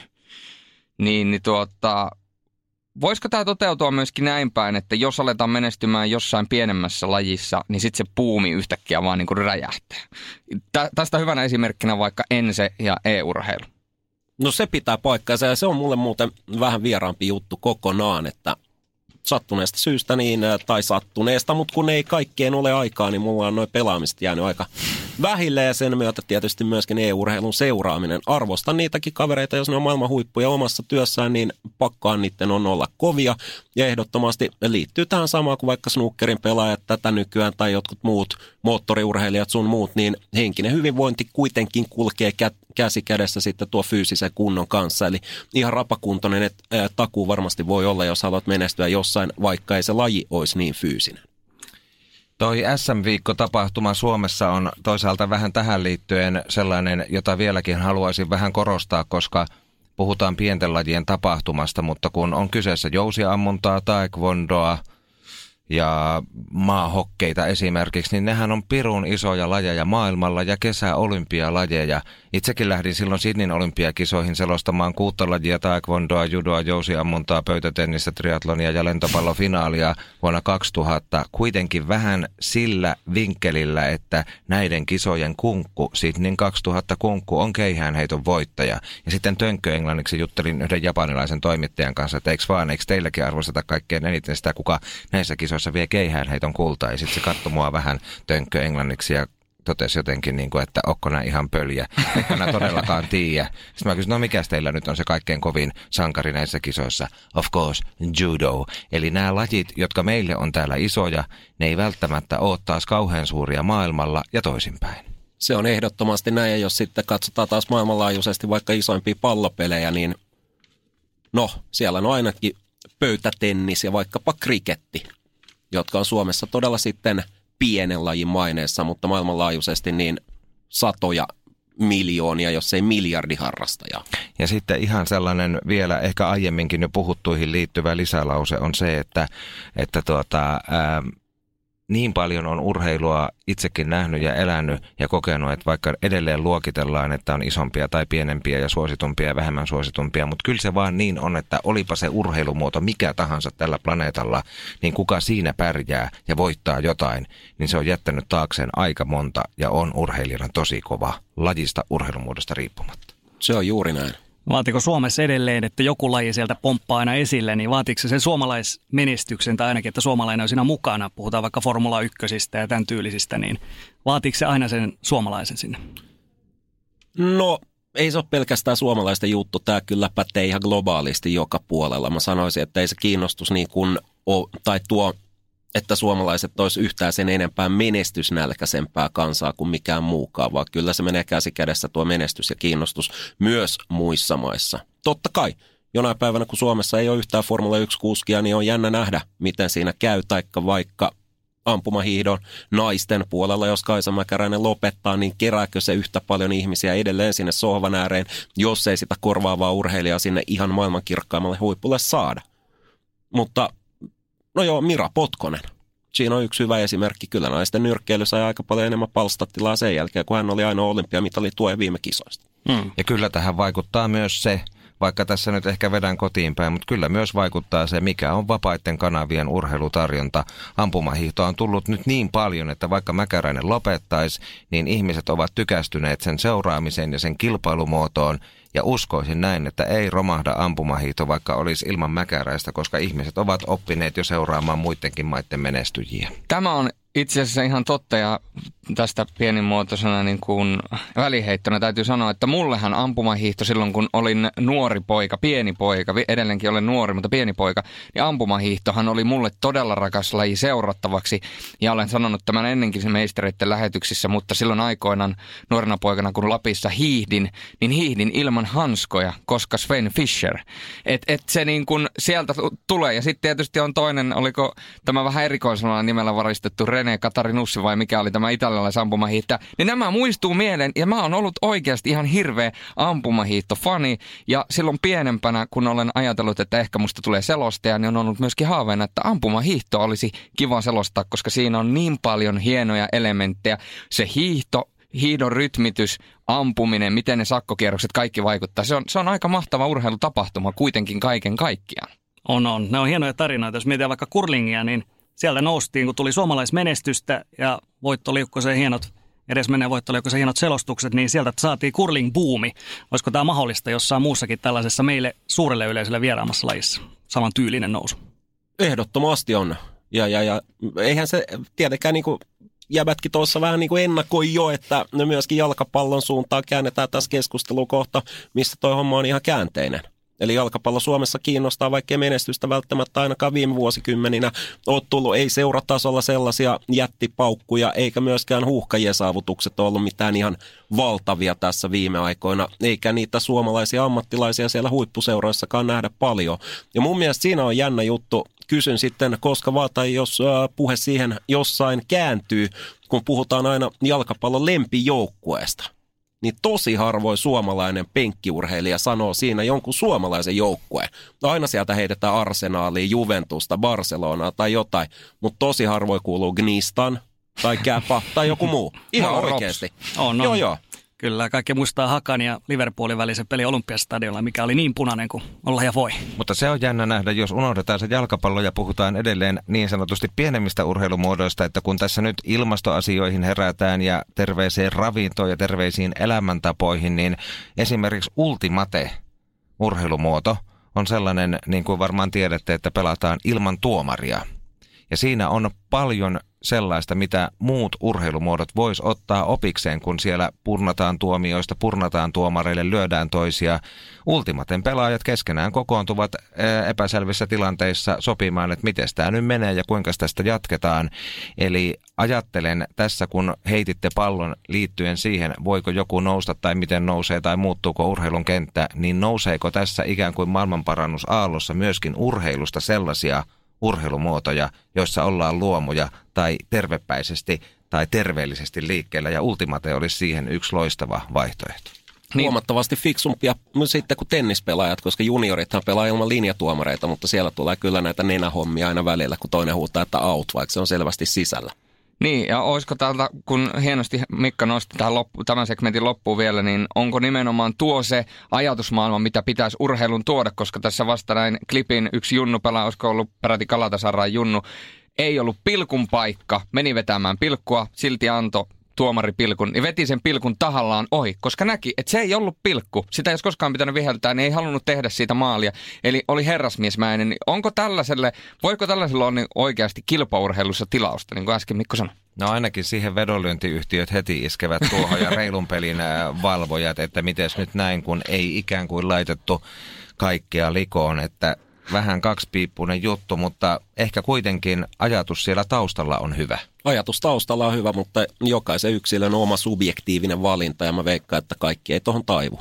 Voisiko tämä toteutua myöskin näin päin, että jos aletaan menestymään jossain pienemmässä lajissa, niin sitten se buumi yhtäkkiä vaan niin kuin räjähtää. Tästä hyvänä esimerkkinä vaikka Ense ja e-urheilu. No se pitää paikkaansa ja se on mulle muuten vähän vieraampi juttu kokonaan, että sattuneesta syystä tai sattuneesta, mutta kun ei kaikkeen ole aikaa, niin mulla on noin pelaamiset jäänyt aika vähille ja sen myötä tietysti myöskin e-urheilun seuraaminen. Arvostan niitäkin kavereita, jos ne on maailman huippuja omassa työssään, niin pakkaan niiden on olla kovia. Ja ehdottomasti liittyy tähän samaan kuin vaikka snookerin pelaajat tätä nykyään tai jotkut muut moottoriurheilijat sun muut, niin henkinen hyvinvointi kuitenkin kulkee käsi kädessä sitten tuo fyysisen kunnon kanssa. Eli ihan rapakuntoinen takuu varmasti voi olla, jos haluat menestyä jossain, vaikka ei se laji olisi niin fyysinen. Toi SM-viikko-tapahtuma Suomessa on toisaalta vähän tähän liittyen sellainen, jota vieläkin haluaisin vähän korostaa, koska puhutaan pienten lajien tapahtumasta, mutta kun on kyseessä jousiammuntaa, taekwondoa ja maahokkeita esimerkiksi, niin nehän on pirun isoja lajeja maailmalla ja kesäolympialajeja. Itsekin lähdin silloin Sydneyn olympiakisoihin selostamaan 6 lajia, taekwondoa, judoa, jousiammuntaa, pöytätennistä, triathlonia ja lentopallofinaalia vuonna 2000. Kuitenkin vähän sillä vinkkelillä, että näiden kisojen kunkku, Sydneyn 2000 kunkku, on keihäänheiton voittaja. Ja sitten tönkköenglanniksi juttelin yhden japanilaisen toimittajan kanssa, että eikö teilläkin arvosteta kaikkein eniten sitä, kuka näissä kisoissa vie keihäänheiton kultaa. Ja sitten se katsoi mua vähän tönkköenglanniksi ja totesi jotenkin, niin kuin, että onko nämä ihan pöljä, eikä nämä todellakaan tiedä. Sitten mä kysyin, no mikäs teillä nyt on se kaikkein kovin sankari näissä kisoissa? Of course, judo. Eli nämä lajit, jotka meille on täällä isoja, ne ei välttämättä ole taas kauhean suuria maailmalla ja toisinpäin. Se on ehdottomasti näin, ja jos sitten katsotaan taas maailmanlaajuisesti vaikka isoimpia pallopelejä, niin no, siellä on ainakin pöytätennis ja vaikkapa kriketti, jotka on Suomessa todella sitten pienen lajin maineessa, mutta maailmanlaajuisesti niin satoja miljoonia, jos ei miljardiharrastajaa. Ja sitten ihan sellainen vielä ehkä aiemminkin jo puhuttuihin liittyvä lisälause on se, että niin paljon on urheilua itsekin nähnyt ja elänyt ja kokenut, että vaikka edelleen luokitellaan, että on isompia tai pienempiä ja suositumpia ja vähemmän suositumpia, mutta kyllä se vaan niin on, että olipa se urheilumuoto mikä tahansa tällä planeetalla, niin kuka siinä pärjää ja voittaa jotain, niin se on jättänyt taakseen aika monta ja on urheilijana tosi kova lajista urheilumuodosta riippumatta. Se on juuri näin. Vaatiko Suomessa edelleen, että joku laji sieltä pomppaa aina esille, niin vaatiiko se sen suomalaismenestyksen tai ainakin, että suomalainen on siinä mukana, puhutaan vaikka Formula 1 ja tämän tyylisistä, niin vaatiiko se aina sen suomalaisen sinne? No, ei se ole pelkästään suomalaisten juttu, tämä kyllä pätee ihan globaalisti joka puolella. Mä sanoisin, että ei se kiinnostus niin kuin ole, tai tuo, että suomalaiset olisi yhtään sen enempää menestysnälkäisempää kansaa kuin mikään muukaan, vaan kyllä se menee käsi kädessä tuo menestys ja kiinnostus myös muissa maissa. Totta kai, jonain päivänä kun Suomessa ei ole yhtään Formula 1-kuskia, niin on jännä nähdä, miten siinä käy, taikka vaikka ampumahiihdon naisten puolella, jos Kaisa Mäkäräinen lopettaa, niin kerääkö se yhtä paljon ihmisiä edelleen sinne sohvan ääreen, jos ei sitä korvaavaa urheilijaa sinne ihan maailman kirkkaimmalle huipulle saada. Mutta no joo, Mira Potkonen. Siinä on yksi hyvä esimerkki. Kyllä naisten nyrkkeily sai aika paljon enemmän palstatilaa sen jälkeen, kun hän oli ainoa olympiamitali tuo viime kisoista. Ja kyllä tähän vaikuttaa myös se, vaikka tässä nyt ehkä vedän kotiin päin, mutta kyllä myös vaikuttaa se, mikä on vapaiden kanavien urheilutarjonta. Ampumahiihtoa on tullut nyt niin paljon, että vaikka Mäkäräinen lopettaisi, niin ihmiset ovat tykästyneet sen seuraamiseen ja sen kilpailumuotoon. Ja uskoisin näin, että ei romahda ampumahiihto, vaikka olisi ilman Mäkäräistä, koska ihmiset ovat oppineet jo seuraamaan muidenkin maiden menestyjiä. Tämä on itse asiassa ihan totta, ja tästä pienimuotoisena niin kuin väliheittona täytyy sanoa, että mullehan ampumahiihto silloin, kun olin nuori poika, pieni poika, edelleenkin olen nuori, mutta pieni poika, niin ampumahiihtohan oli mulle todella rakas laji seurattavaksi, ja olen sanonut tämän ennenkin se meistereiden lähetyksissä, mutta silloin aikoinaan nuorena poikana, kun Lapissa hiihdin, niin hiihdin ilman hanskoja, koska Sven Fischer. Et se niin kuin sieltä tulee, ja sitten tietysti on toinen, oliko tämä vähän erikoisella nimellä varistettu René Katarinussi vai mikä oli tämä italialaisampumahiihtäjä, niin nämä muistuu mieleen, ja mä oon ollut oikeasti ihan hirveä ampumahiihtofani, ja silloin pienempänä, kun olen ajatellut, että ehkä musta tulee selostaja, niin on ollut myöskin haaveena, että ampumahiihto olisi kiva selostaa, koska siinä on niin paljon hienoja elementtejä. Se hiihdon rytmitys, ampuminen, miten ne sakkokierrokset kaikki vaikuttaa. Se on aika mahtava urheilutapahtuma kuitenkin kaiken kaikkiaan. On. Ne on hienoja tarinoita. Jos mietitään vaikka curlingia, niin sieltä noustiin, kun tuli suomalaismenestystä ja voittoliukkoisen hienot, edesmenneen voittoliukkoisen hienot selostukset, niin sieltä saatiin curling-buumi. Olisiko tämä mahdollista jossain muussakin tällaisessa meille suurelle yleisölle vieraamassa lajissa? Saman tyylinen nousu. Ehdottomasti on. Ja eihän se tietenkään niin kuin jäbätkin tuossa vähän niin kuin ennakoi jo, että ne myöskin jalkapallon suuntaan käännetään tässä keskustelukohta, missä toi homma on ihan käänteinen. Eli jalkapallo Suomessa kiinnostaa, vaikkei menestystä välttämättä ainakaan viime vuosikymmeninä ole tullut. Ei seuratasolla sellaisia jättipaukkuja, eikä myöskään huuhkajien saavutukset ole ollut mitään ihan valtavia tässä viime aikoina. Eikä niitä suomalaisia ammattilaisia siellä huippuseuroissakaan nähdä paljon. Ja mun mielestä siinä on jännä juttu. Kysyn sitten, koska vaan tai jos puhe siihen jossain kääntyy, kun puhutaan aina jalkapallon lempijoukkueesta. niin tosi harvoin suomalainen penkkiurheilija sanoo siinä jonkun suomalaisen joukkueen. Aina sieltä heitetään Arsenalia, Juventusta, Barcelonaa tai jotain, mutta tosi harvoin kuuluu Gnistan tai Käpa tai joku muu. Ihan oikeasti. On. Joo. Kyllä, kaikki muistaa Hakan ja Liverpoolin välisen peli Olympiastadionilla, mikä oli niin punainen kuin olla ja voi. Mutta se on jännä nähdä, jos unohdetaan se jalkapallo ja puhutaan edelleen niin sanotusti pienemmistä urheilumuodoista, että kun tässä nyt ilmastoasioihin herätään ja terveeseen ravintoon ja terveisiin elämäntapoihin, niin esimerkiksi ultimate-urheilumuoto on sellainen, niin kuin varmaan tiedätte, että pelataan ilman tuomaria. Ja siinä on paljon sellaista, mitä muut urheilumuodot vois ottaa opikseen, kun siellä purnataan tuomioista, purnataan tuomareille, lyödään toisia. Ultimaten pelaajat keskenään kokoontuvat epäselvissä tilanteissa sopimaan, että miten tämä nyt menee ja kuinka tästä jatketaan. Eli ajattelen tässä, kun heititte pallon liittyen siihen, voiko joku nousta tai miten nousee tai muuttuuko urheilun kenttä, niin nouseeko tässä ikään kuin maailmanparannusaallossa myöskin urheilusta sellaisia urheilumuotoja, joissa ollaan luomuja tai tervepäisesti tai terveellisesti liikkeellä, ja Ultimate olisi siihen yksi loistava vaihtoehto. Niin. Huomattavasti fiksumpia sitten kuin tennispelaajat, koska juniorithan pelaa ilman linjatuomareita, mutta siellä tulee kyllä näitä nenähommia aina välillä, kun toinen huutaa, että out, vaikka se on selvästi sisällä. Niin, ja olisiko täältä, kun hienosti Mikko nosti tämän segmentin loppuun vielä, niin onko nimenomaan tuo se ajatusmaailma, mitä pitäisi urheilun tuoda, koska tässä vasta näin klipin yksi junnu pelaa, olisiko ollut peräti Galatasarayn junnu, ei ollut pilkun paikka, meni vetämään pilkkua, silti antoi tuomari pilkun, niin veti sen pilkun tahallaan ohi, koska näki, että se ei ollut pilkku. Sitä ei olisi koskaan pitänyt viheltää, niin ei halunnut tehdä siitä maalia. Eli oli herrasmiesmäinen. Onko voiko tällaisella olla niin oikeasti kilpaurheilussa tilausta, niin kuin äsken Mikko sanoi? No ainakin siihen vedonlyöntiyhtiöt heti iskevät tuohon ja reilun pelin valvojat, että miten nyt näin, kun ei ikään kuin laitettu kaikkea likoon, että vähän kaksipiippunen juttu, mutta ehkä kuitenkin ajatus siellä taustalla on hyvä. Ajatus taustalla on hyvä, mutta jokaisen yksilön oma subjektiivinen valinta, ja mä veikkaan, että kaikki ei tohon taivu.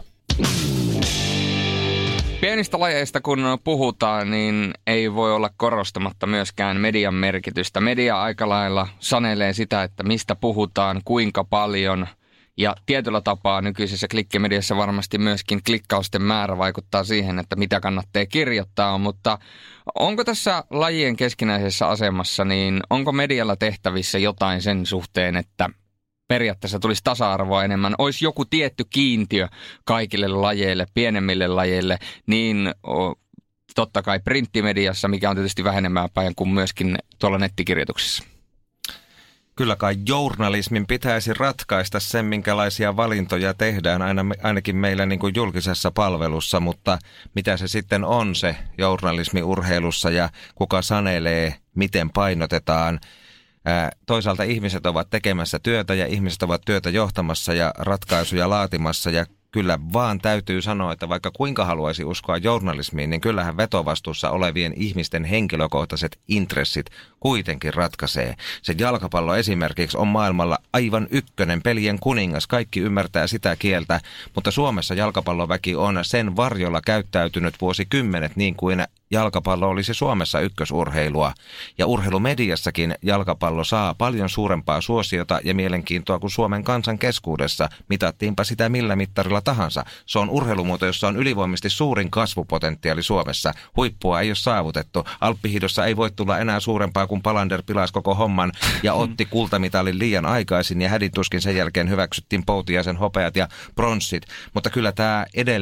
Pienistä lajeista kun puhutaan, niin ei voi olla korostamatta myöskään median merkitystä. Media aika lailla sanelee sitä, että mistä puhutaan, kuinka paljon. Ja tietyllä tapaa nykyisessä klikkimediassa varmasti myöskin klikkausten määrä vaikuttaa siihen, että mitä kannattaa kirjoittaa. Mutta onko tässä lajien keskinäisessä asemassa, niin onko medialla tehtävissä jotain sen suhteen, että periaatteessa tulisi tasa-arvoa enemmän, olisi joku tietty kiintiö kaikille lajeille, pienemmille lajeille, niin totta kai printtimediassa, mikä on tietysti vähenemään päin kuin myöskin tuolla nettikirjoituksessa. Kyllä kai journalismin pitäisi ratkaista sen, minkälaisia valintoja tehdään ainakin meillä niin kuin julkisessa palvelussa, mutta mitä se sitten on se journalismi urheilussa ja kuka sanelee, miten painotetaan. Toisaalta ihmiset ovat tekemässä työtä ja ihmiset ovat työtä johtamassa ja ratkaisuja laatimassa, ja kyllä vaan täytyy sanoa, että vaikka kuinka haluaisi uskoa journalismiin, niin kyllähän vetovastuussa olevien ihmisten henkilökohtaiset intressit kuitenkin ratkaisee. Se jalkapallo esimerkiksi on maailmalla aivan ykkönen, pelien kuningas, kaikki ymmärtää sitä kieltä, mutta Suomessa jalkapalloväki on sen varjolla käyttäytynyt vuosikymmenet niin kuin jalkapallo olisi Suomessa ykkösurheilua. Ja urheilumediassakin jalkapallo saa paljon suurempaa suosiota ja mielenkiintoa kuin Suomen kansan keskuudessa. Mitattiinpa sitä millä mittarilla tahansa. Se on urheilumuoto, jossa on ylivoimaisesti suurin kasvupotentiaali Suomessa. Huippua ei ole saavutettu. Alppihiidossa ei voi tulla enää suurempaa, kun Palander pilasi koko homman ja otti kultamitalin liian aikaisin, ja hädintuskin sen jälkeen hyväksyttiin Poutiaisen hopeat ja pronssit. Mutta kyllä tämä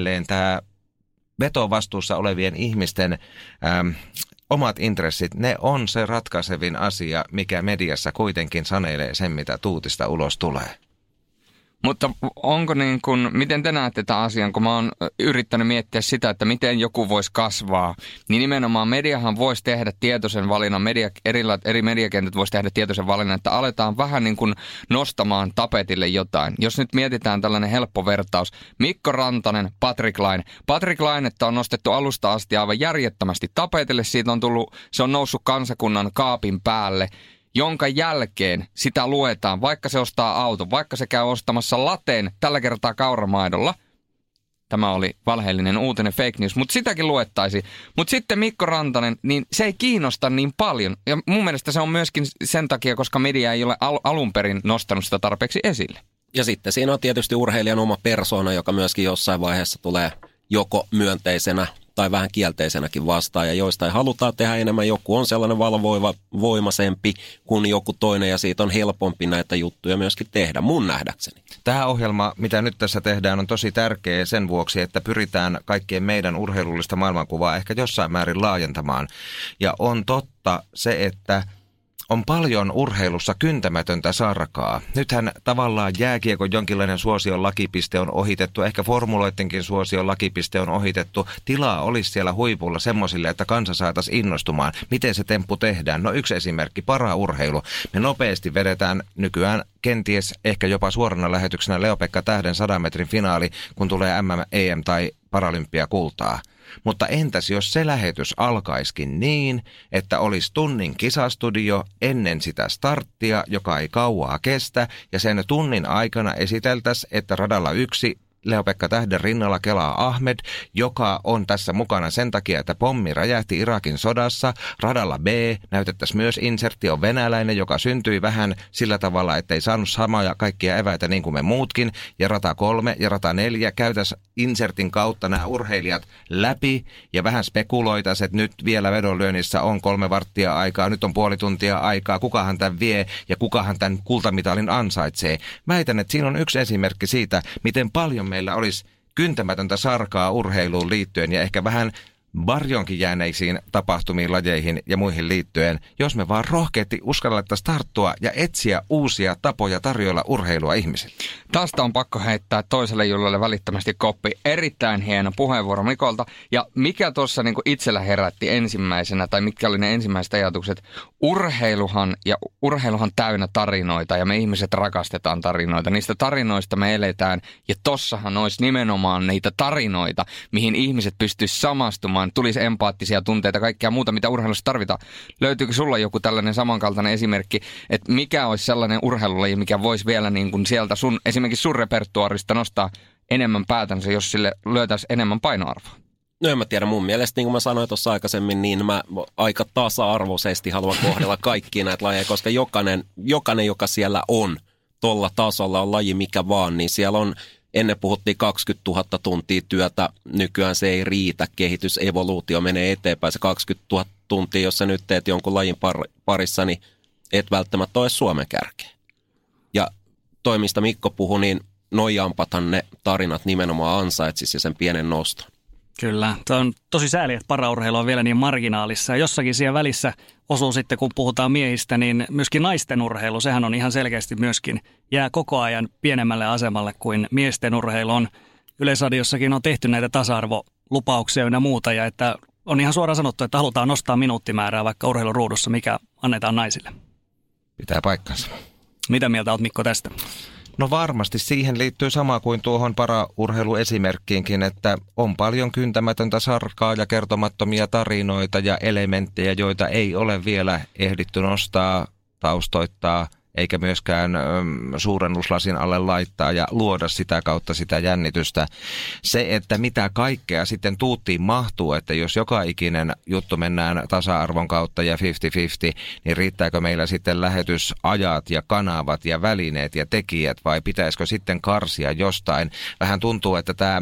vetovastuussa olevien ihmisten omat intressit, ne on se ratkaisevin asia, mikä mediassa kuitenkin sanelee sen, mitä tuutista ulos tulee. Mutta onko niin kuin, miten te näette tämän asian, kun mä oon yrittänyt miettiä sitä, että miten joku voisi kasvaa, niin nimenomaan mediahan voisi tehdä tietoisen valinnan, eri mediakentät voisi tehdä tietoisen valinnan, että aletaan vähän niin kuin nostamaan tapetille jotain. Jos nyt mietitään tällainen helppo vertaus, Mikko Rantanen, Patrick Laine. Patrick Lainetta on nostettu alusta asti aivan järjettömästi tapetille, se on noussut kansakunnan kaapin päälle, jonka jälkeen sitä luetaan, vaikka se ostaa auton, vaikka se käy ostamassa lateen, tällä kertaa kauramaidolla. Tämä oli valheellinen uutinen, fake news, mutta sitäkin luettaisiin. Mutta sitten Mikko Rantanen, niin se ei kiinnosta niin paljon. Ja mun mielestä se on myöskin sen takia, koska media ei ole alun perin nostanut sitä tarpeeksi esille. Ja sitten siinä on tietysti urheilijan oma persoona, joka myöskin jossain vaiheessa tulee joko myönteisenä tai vähän kielteisenäkin vastaan, ja joista ei haluta tehdä enemmän. Joku on sellainen voimaisempi kuin joku toinen, ja siitä on helpompi näitä juttuja myöskin tehdä, mun nähdäkseni. Tämä ohjelma, mitä nyt tässä tehdään, on tosi tärkeä sen vuoksi, että pyritään kaikkien meidän urheilullista maailmankuvaa ehkä jossain määrin laajentamaan. Ja on totta se, että on paljon urheilussa kyntämätöntä sarkaa. Nythän tavallaan jääkiekon jonkinlainen suosion lakipiste on ohitettu, ehkä formuloittenkin suosion lakipiste on ohitettu. Tilaa olisi siellä huipulla semmoisille, että kansa saataisiin innostumaan. Miten se temppu tehdään? No yksi esimerkki, paraurheilu. Me nopeasti vedetään nykyään kenties ehkä jopa suorana lähetyksenä Leo-Pekka Tähden 100 metrin finaali, kun tulee MM, EM tai Paralympiakultaa. Mutta entäs jos se lähetys alkaiskin niin, että olisi tunnin kisastudio ennen sitä starttia, joka ei kauaa kestä, ja sen tunnin aikana esiteltäisiin, että radalla 1 Leo-Pekka Tähden rinnalla kelaa Ahmed, joka on tässä mukana sen takia, että pommi räjähti Irakin sodassa. Radalla B näytettäisiin myös insertti on venäläinen, joka syntyi vähän sillä tavalla, että ei saanut samoja kaikkia eväitä niin kuin me muutkin. Ja rata 3 ja rata 4 käytäisiin insertin kautta nämä urheilijat läpi ja vähän spekuloitaisiin, että nyt vielä vedonlyönnissä on 3 varttia aikaa, nyt on puoli tuntia aikaa, kukahan tämän vie ja kukahan tämän kultamitalin ansaitsee. Väitän, että siinä on yksi esimerkki siitä, miten paljon meillä olisi kyntämätöntä sarkaa urheiluun liittyen ja ehkä vähän varjonkin jääneisiin tapahtumiin, lajeihin ja muihin liittyen, jos me vaan rohkeasti uskallettaisiin tarttua ja etsiä uusia tapoja tarjoilla urheilua ihmisille. Tästä on pakko heittää toiselle jullalle välittömästi koppi. Erittäin hieno puheenvuoro Mikolta. Ja mikä tuossa niinku itsellä herätti ensimmäisenä, tai mitkä oli ne ensimmäiset ajatukset, urheiluhan täynnä tarinoita ja me ihmiset rakastetaan tarinoita. Niistä tarinoista me eletään ja tossahan olisi nimenomaan niitä tarinoita, mihin ihmiset pystyisivät samastumaan, tulisi empaattisia tunteita, kaikkea muuta, mitä urheilussa tarvitaan. Löytyykö sulla joku tällainen samankaltainen esimerkki, että mikä olisi sellainen urheilulaji, mikä voisi vielä niin kuin sieltä esimerkiksi sun repertuaarista nostaa enemmän päätänsä, jos sille löytäisi enemmän painoarvoa? No en mä tiedä, mun mielestä, niin kuin mä sanoin tuossa aikaisemmin, niin mä aika tasa-arvoisesti haluan kohdella kaikkia näitä lajeja, koska jokainen, joka siellä on, tuolla tasolla on laji mikä vaan, niin siellä on, ennen puhuttiin 20 000 tuntia työtä, nykyään se ei riitä, kehitys, evoluutio menee eteenpäin, se 20 000 tuntia, jos sä nyt teet jonkun lajin parissa, niin et välttämättä ole Suomen kärkeä. Ja toi, mistä Mikko puhui, niin noijampathan ne tarinat nimenomaan ansaitsis ja sen pienen noston. Kyllä, tämä on tosi sääli, että paraurheilu on vielä niin marginaalissa. Ja jossakin siellä välissä osuu sitten, kun puhutaan miehistä, niin myöskin naisten urheilu, sehän on ihan selkeästi myöskin jää koko ajan pienemmälle asemalle kuin miesten urheilu on. Yleisradiossakin on tehty näitä tasa-arvolupauksia ja muuta, ja että on ihan suoraan sanottu, että halutaan nostaa minuuttimäärää vaikka urheiluruudussa, mikä annetaan naisille. Pitää paikkansa. Mitä mieltä olet, Mikko, tästä? No varmasti siihen liittyy sama kuin tuohon paraurheiluesimerkkiinkin, että on paljon kyntämätöntä sarkaa ja kertomattomia tarinoita ja elementtejä, joita ei ole vielä ehditty nostaa, taustoittaa, eikä myöskään suurennuslasin alle laittaa ja luoda sitä kautta sitä jännitystä. Se, että mitä kaikkea sitten tuuttiin mahtuu, että jos joka ikinen juttu mennään tasa-arvon kautta ja 50-50, niin riittääkö meillä sitten lähetysajat ja kanavat ja välineet ja tekijät vai pitäisikö sitten karsia jostain? Vähän tuntuu, että tämä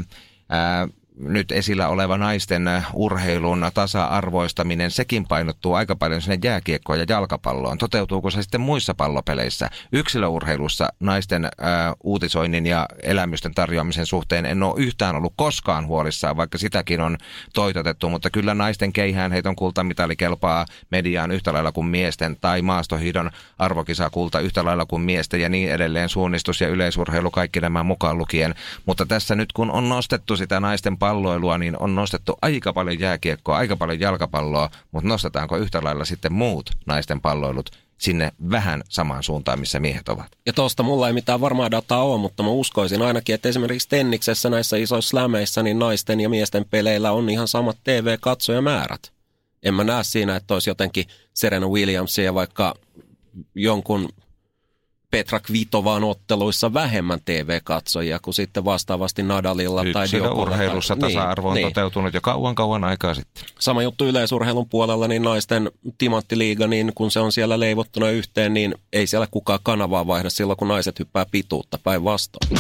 nyt esillä oleva naisten urheilun tasa-arvoistaminen, sekin painottuu aika paljon sinne jääkiekkoon ja jalkapalloon. Toteutuuko se sitten muissa pallopeleissä? Yksilöurheilussa naisten uutisoinnin ja elämysten tarjoamisen suhteen en ole yhtään ollut koskaan huolissaan, vaikka sitäkin on toitotettu, mutta kyllä naisten keihäänheiton kultamitali kelpaa mediaan yhtä lailla kuin miesten, tai maastohiidon arvokisakulta yhtä lailla kuin miesten ja niin edelleen, suunnistus ja yleisurheilu, kaikki nämä mukaan lukien. Mutta tässä nyt kun on nostettu sitä naisten palloilua, niin on nostettu aika paljon jääkiekkoa, aika paljon jalkapalloa, mutta nostetaanko yhtä lailla sitten muut naisten palloilut sinne vähän samaan suuntaan, missä miehet ovat? Ja tuosta mulla ei mitään varmaa dataa ole, mutta mä uskoisin ainakin, että esimerkiksi tenniksessä näissä isoissa slämeissä, niin naisten ja miesten peleillä on ihan samat TV-katsojamäärät. En mä näe siinä, että olisi jotenkin Serena Williamsia vaikka jonkun Petra Kvitovaan otteluissa vähemmän TV-katsojia kuin sitten vastaavasti Nadalilla tai Djokovilla. Urheilussa tasa-arvo on toteutunut jo kauan aikaa sitten. Sama juttu yleisurheilun puolella, niin naisten timanttiliiga, niin kun se on siellä leivottuna yhteen, niin ei siellä kukaan kanavaa vaihda silloin, kun naiset hyppää pituutta päinvastoin.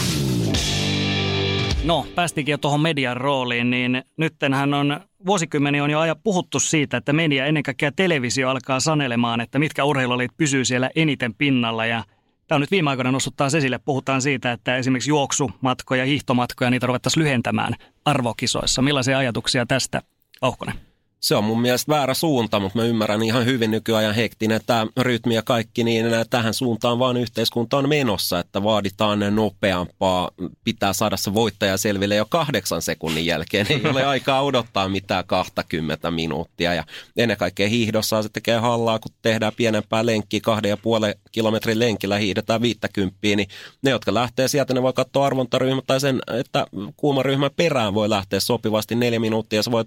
No, päästikin jo tuohon median rooliin, niin nyttenhän on vuosikymmeniä on jo puhuttu siitä, että media, ennen kaikkea televisio, alkaa sanelemaan, että mitkä urheilulajit pysyy siellä eniten pinnalla. Ja tämä on nyt viime aikoina noussut taas esille. Puhutaan siitä, että esimerkiksi juoksumatkoja, hiihtomatkoja, niitä ruvettaisiin lyhentämään arvokisoissa. Millaisia ajatuksia tästä, Auhkonen? Se on mun mielestä väärä suunta, mutta mä ymmärrän ihan hyvin nykyajan hektinen tämä rytmi ja kaikki, niin tähän suuntaan vaan yhteiskunta on menossa, että vaaditaan nopeampaa, pitää saada se voittaja selville jo 8 sekunnin jälkeen. Ei ole aikaa odottaa mitään 20 minuuttia ja ennen kaikkea hiihdossa se tekee hallaa, kun tehdään pienempää lenkkiä, 2,5 kilometrin lenkillä hiihdetään 50, niin ne, jotka lähtee sieltä, ne voi katsoa arvontaryhmä tai sen, että kuumaryhmän perään voi lähteä sopivasti 4 minuuttia, sä voit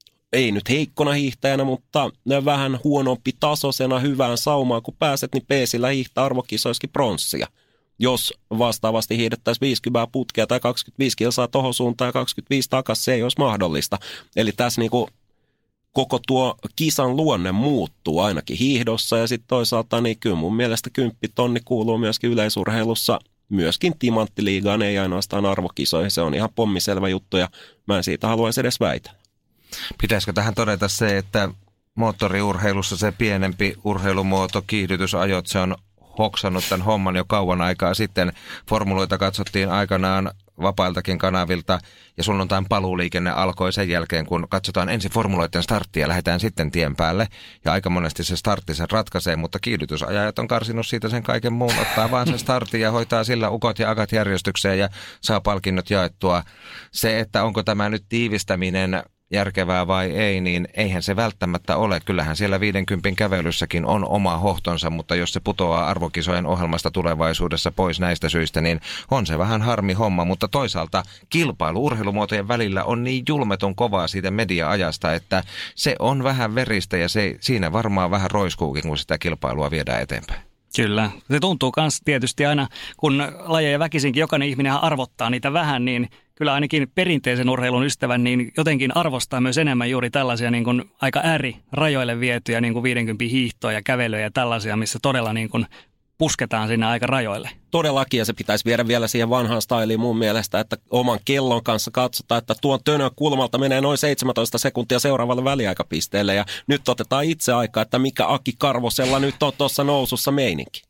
ei nyt heikkona hiihtäjänä, mutta vähän huonompi tasoisena hyvään saumaan, kun pääset, niin peesillä hiihtää arvokisoiskin pronssia. Jos vastaavasti hiihdettäisiin 50 putkea tai 25 kilsaa tohon suuntaan ja 25 takaisin, se ei olisi mahdollista. Eli tässä niinku koko tuo kisan luonne muuttuu ainakin hiihdossa ja sitten toisaalta niin kyllä mun mielestä 10 000 kuuluu myöskin yleisurheilussa, myöskin timanttiliigaan, ei ainoastaan arvokisoihin. Se on ihan pommiselvä juttu ja mä en siitä haluaisi edes väitellä. Pitäisikö tähän todeta se, että moottoriurheilussa se pienempi urheilumuoto, kiihdytysajot, se on hoksannut tämän homman jo kauan aikaa sitten. Formuloita katsottiin aikanaan vapailtakin kanavilta ja sunnuntain paluuliikenne alkoi sen jälkeen, kun katsotaan ensin formuloiden starttia ja lähdetään sitten tien päälle. Ja aika monesti se startti sen ratkaisee, mutta kiihdytysajajat on karsinut siitä sen kaiken muun. Ottaa vaan sen startin ja hoitaa sillä ukot ja akat järjestykseen ja saa palkinnot jaettua. Se, että onko tämä nyt tiivistäminen järkevää vai ei, niin eihän se välttämättä ole. Kyllähän siellä 50 kävelyssäkin on oma hohtonsa, mutta jos se putoaa arvokisojen ohjelmasta tulevaisuudessa pois näistä syistä, niin on se vähän harmi homma. Mutta toisaalta kilpailu urheilumuotojen välillä on niin julmetun kovaa siitä media-ajasta, että se on vähän veristä ja siinä varmaan vähän roiskuukin, kun sitä kilpailua viedään eteenpäin. Kyllä. Se tuntuu myös tietysti aina, kun lajeja väkisinkin jokainen ihminen arvottaa niitä vähän, niin kyllä ainakin perinteisen urheilun ystävän niin jotenkin arvostaa myös enemmän juuri tällaisia niin kuin aika rajoille vietyjä niin kuin 50 hiihtoja ja kävelyjä ja tällaisia, missä todella niin kuin pusketaan sinne aika rajoille. Todellakin, ja se pitäisi viedä vielä siihen vanhaan styliin mun mielestä, että oman kellon kanssa katsotaan, että tuon tönön kulmalta menee noin 17 sekuntia seuraavalle väliaikapisteelle, ja nyt otetaan itse aikaa, että mikä Aki Karvosella nyt on tuossa nousussa meininki.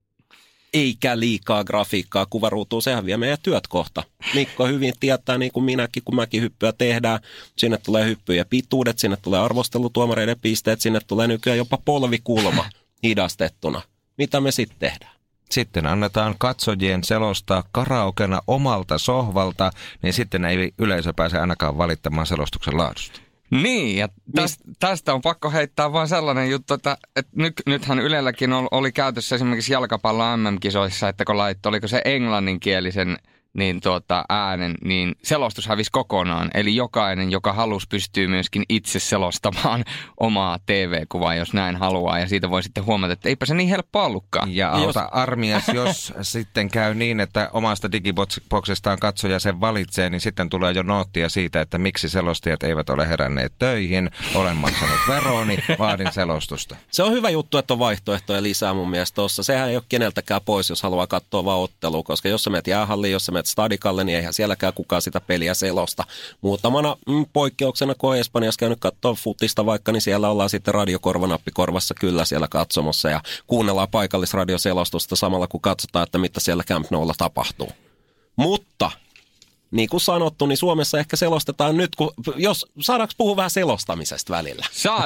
Eikä liikaa grafiikkaa kuvaruutuun, sehän vie meidän työt kohta. Mikko hyvin tietää, niin kuin minäkin, kun mäkin hyppyä tehdään. Sinne tulee hyppyjä pituudet, sinne tulee arvostelutuomareiden pisteet, sinne tulee nykyään jopa polvikulma hidastettuna. Mitä me sitten tehdään? Sitten annetaan katsojien selostaa karaokena omalta sohvalta, niin sitten ei yleisö pääse ainakaan valittamaan selostuksen laadusta. Niin, ja tästä on pakko heittää vaan sellainen juttu, että nythän Ylelläkin oli käytössä esimerkiksi jalkapallon MM-kisoissa, että kun laittoi, oliko se englanninkielisen niin äänen, niin selostus hävisi kokonaan. Eli jokainen, joka halusi, pystyy myöskin itse selostamaan omaa TV-kuvaa, jos näin haluaa. Ja siitä voi sitten huomata, että eipä se niin helppo ollutkaan. Ja auta armias, jos sitten käy niin, että omasta digiboksistaan katsoja sen valitsee, niin sitten tulee jo noottia siitä, että miksi selostajat eivät ole heränneet töihin. Olen maksanut veroni, vaadin selostusta. Se on hyvä juttu, että on vaihtoehtoja lisää mun mielestä tuossa. Sehän ei ole keneltäkään pois, jos haluaa katsoa vaan ottelua, koska jos sä menet jäähalliin, jos sä menet stadikalle, niin eihän sielläkään kukaan sitä peliä selosta. Muutamana poikkeuksena, kun on Espanjassa käynyt katsoa futista vaikka, niin siellä ollaan sitten radiokorvanappi korvassa kyllä siellä katsomossa ja kuunnellaan paikallisradioselostusta samalla, kun katsotaan, että mitä siellä Camp Noulla tapahtuu. Mutta niin kuin sanottu, niin Suomessa ehkä selostetaan nyt, jos saadaanko puhua vähän selostamisesta välillä?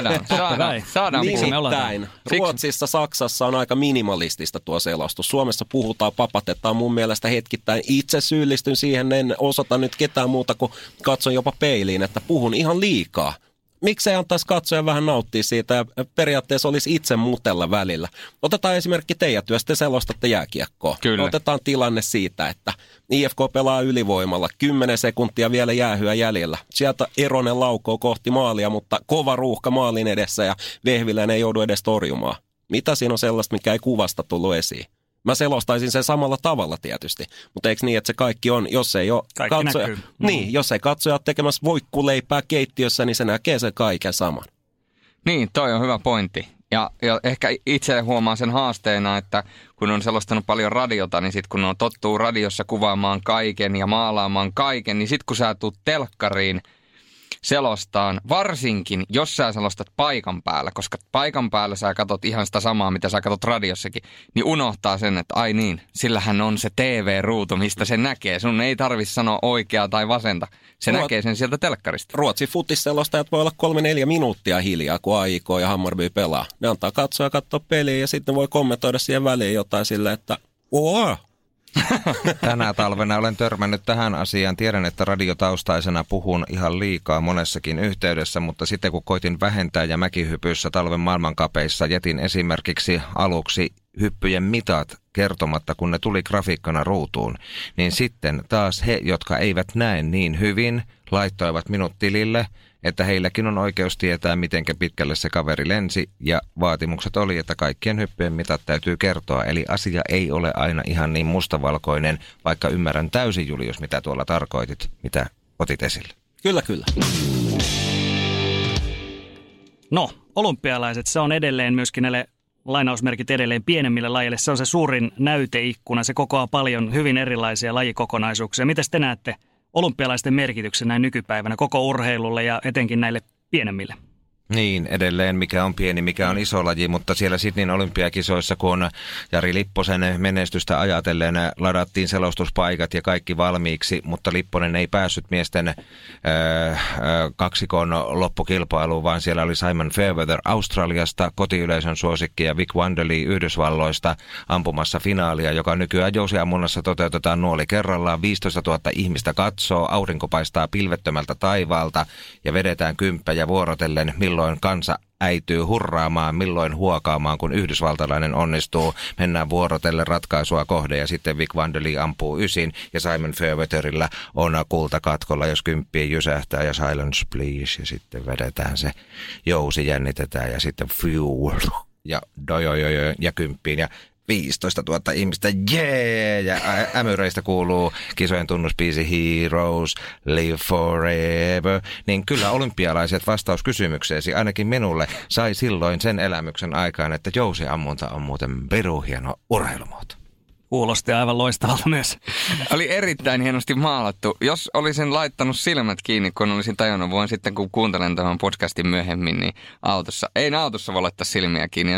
Saadaan. Nimittäin Ruotsissa, Saksassa on aika minimalistista tuo selostus. Suomessa puhutaan, papatetaan mun mielestä hetkittäin. Itse syyllistyn siihen, en osoita nyt ketään muuta kuin katson jopa peiliin, että puhun ihan liikaa. Miksei antaisi katsoja vähän nauttia siitä ja periaatteessa olisi itse mutella välillä. Otetaan esimerkki teidän työstä, te selostatte jääkiekkoa. Kyllä. Otetaan tilanne siitä, että IFK pelaa ylivoimalla, 10 sekuntia vielä jäähyä jäljellä. Sieltä Eronen laukoo kohti maalia, mutta kova ruuhka maalin edessä ja Vehviläinen ei joudu edes torjumaan. Mitä siinä on sellaista, mikä ei kuvasta tullut esiin? Mä selostaisin sen samalla tavalla tietysti, mutta eikö niin, että se kaikki on, jos ei ole katsoja, niin, jos ei katsoja ole tekemässä voikkuleipää keittiössä, niin se näkee sen kaiken saman. Niin, toi on hyvä pointti. Ja ehkä itse huomaan sen haasteena, että kun on selostanut paljon radiota, niin sitten kun on tottuu radiossa kuvaamaan kaiken ja maalaamaan kaiken, niin sitten kun sä tuut telkkariin selostaan, varsinkin jos sä selostat paikan päällä, koska paikan päällä sä katot ihan sitä samaa, mitä sä katot radiossakin, niin unohtaa sen, että ai niin, sillähän on se TV-ruutu, mistä se näkee. Sun ei tarvitse sanoa oikeaa tai vasenta. Se näkee sen sieltä telkkarista. Ruotsin futisselostajat voi olla 3-4 minuuttia hiljaa, kun AIK ja Hammarby pelaa. Ne antaa katsoa peliä ja sitten voi kommentoida siihen väliin jotain silleen, että Tänä talvena olen törmännyt tähän asiaan. Tiedän, että radiotaustaisena puhun ihan liikaa monessakin yhteydessä, mutta sitten kun koitin vähentää ja mäkihypyissä talven maailmankapeissa jätin esimerkiksi aluksi hyppyjen mitat kertomatta, kun ne tuli grafiikkana ruutuun, niin sitten taas he, jotka eivät näe niin hyvin, laittoivat minut tilille, että heilläkin on oikeus tietää, miten pitkälle se kaveri lensi, ja vaatimukset oli, että kaikkien hyppyjen mitat täytyy kertoa. Eli asia ei ole aina ihan niin mustavalkoinen, vaikka ymmärrän täysin, Julius, mitä tuolla tarkoitit, mitä otit esille. Kyllä, kyllä. No, olympialaiset, se on edelleen myöskin näille lainausmerkit edelleen pienemmille lajeille. Se on se suurin näyteikkuna, se kokoaa paljon hyvin erilaisia lajikokonaisuuksia. Miten te näette olympialaisten merkityksen näin nykypäivänä koko urheilulle ja etenkin näille pienemmille? Niin, edelleen mikä on pieni, mikä on iso laji, mutta siellä Sydneyn olympiakisoissa, kun Jari Lipposen menestystä ajatellen ladattiin selostuspaikat ja kaikki valmiiksi, mutta Lipponen ei päässyt miesten kaksikon loppukilpailuun, vaan siellä oli Simon Fairweather Australiasta, kotiyleisön suosikki, ja Vic Wanderley Yhdysvalloista ampumassa finaalia, joka nykyään jousiammunnassa toteutetaan nuoli kerrallaan. 15 000 ihmistä katsoo, aurinko paistaa pilvettömältä taivaalta ja vedetään kymppejä vuorotellen, milloin kansa äityy hurraamaan, milloin huokaamaan, kun yhdysvaltalainen onnistuu. Mennään vuorotelle ratkaisua kohde ja sitten Vic Wanderley ampuu 9 ja Simon Fairweatherillä on kulta katkolla, jos kymppiin jysähtää ja silence please ja sitten vedetään se jousi, jännitetään ja sitten fuel ja dojojojo ja kymppiin ja 15 000 ihmistä, ja ämyreistä kuuluu kisojen tunnusbiisi Heroes, Live Forever. Niin kyllä olympialaiset vastaus kysymykseesi, ainakin minulle, sai silloin sen elämyksen aikaan, että jousiammunta on muuten peruhieno urheilumuoto. Kuulosti aivan loistavalta myös. Oli erittäin hienosti maalattu. Jos olisin laittanut silmät kiinni, kun olisin tajunnut, voin sitten kun kuuntelen tämän podcastin myöhemmin, niin autossa. Ei autossa voi laittaa silmiä kiinni,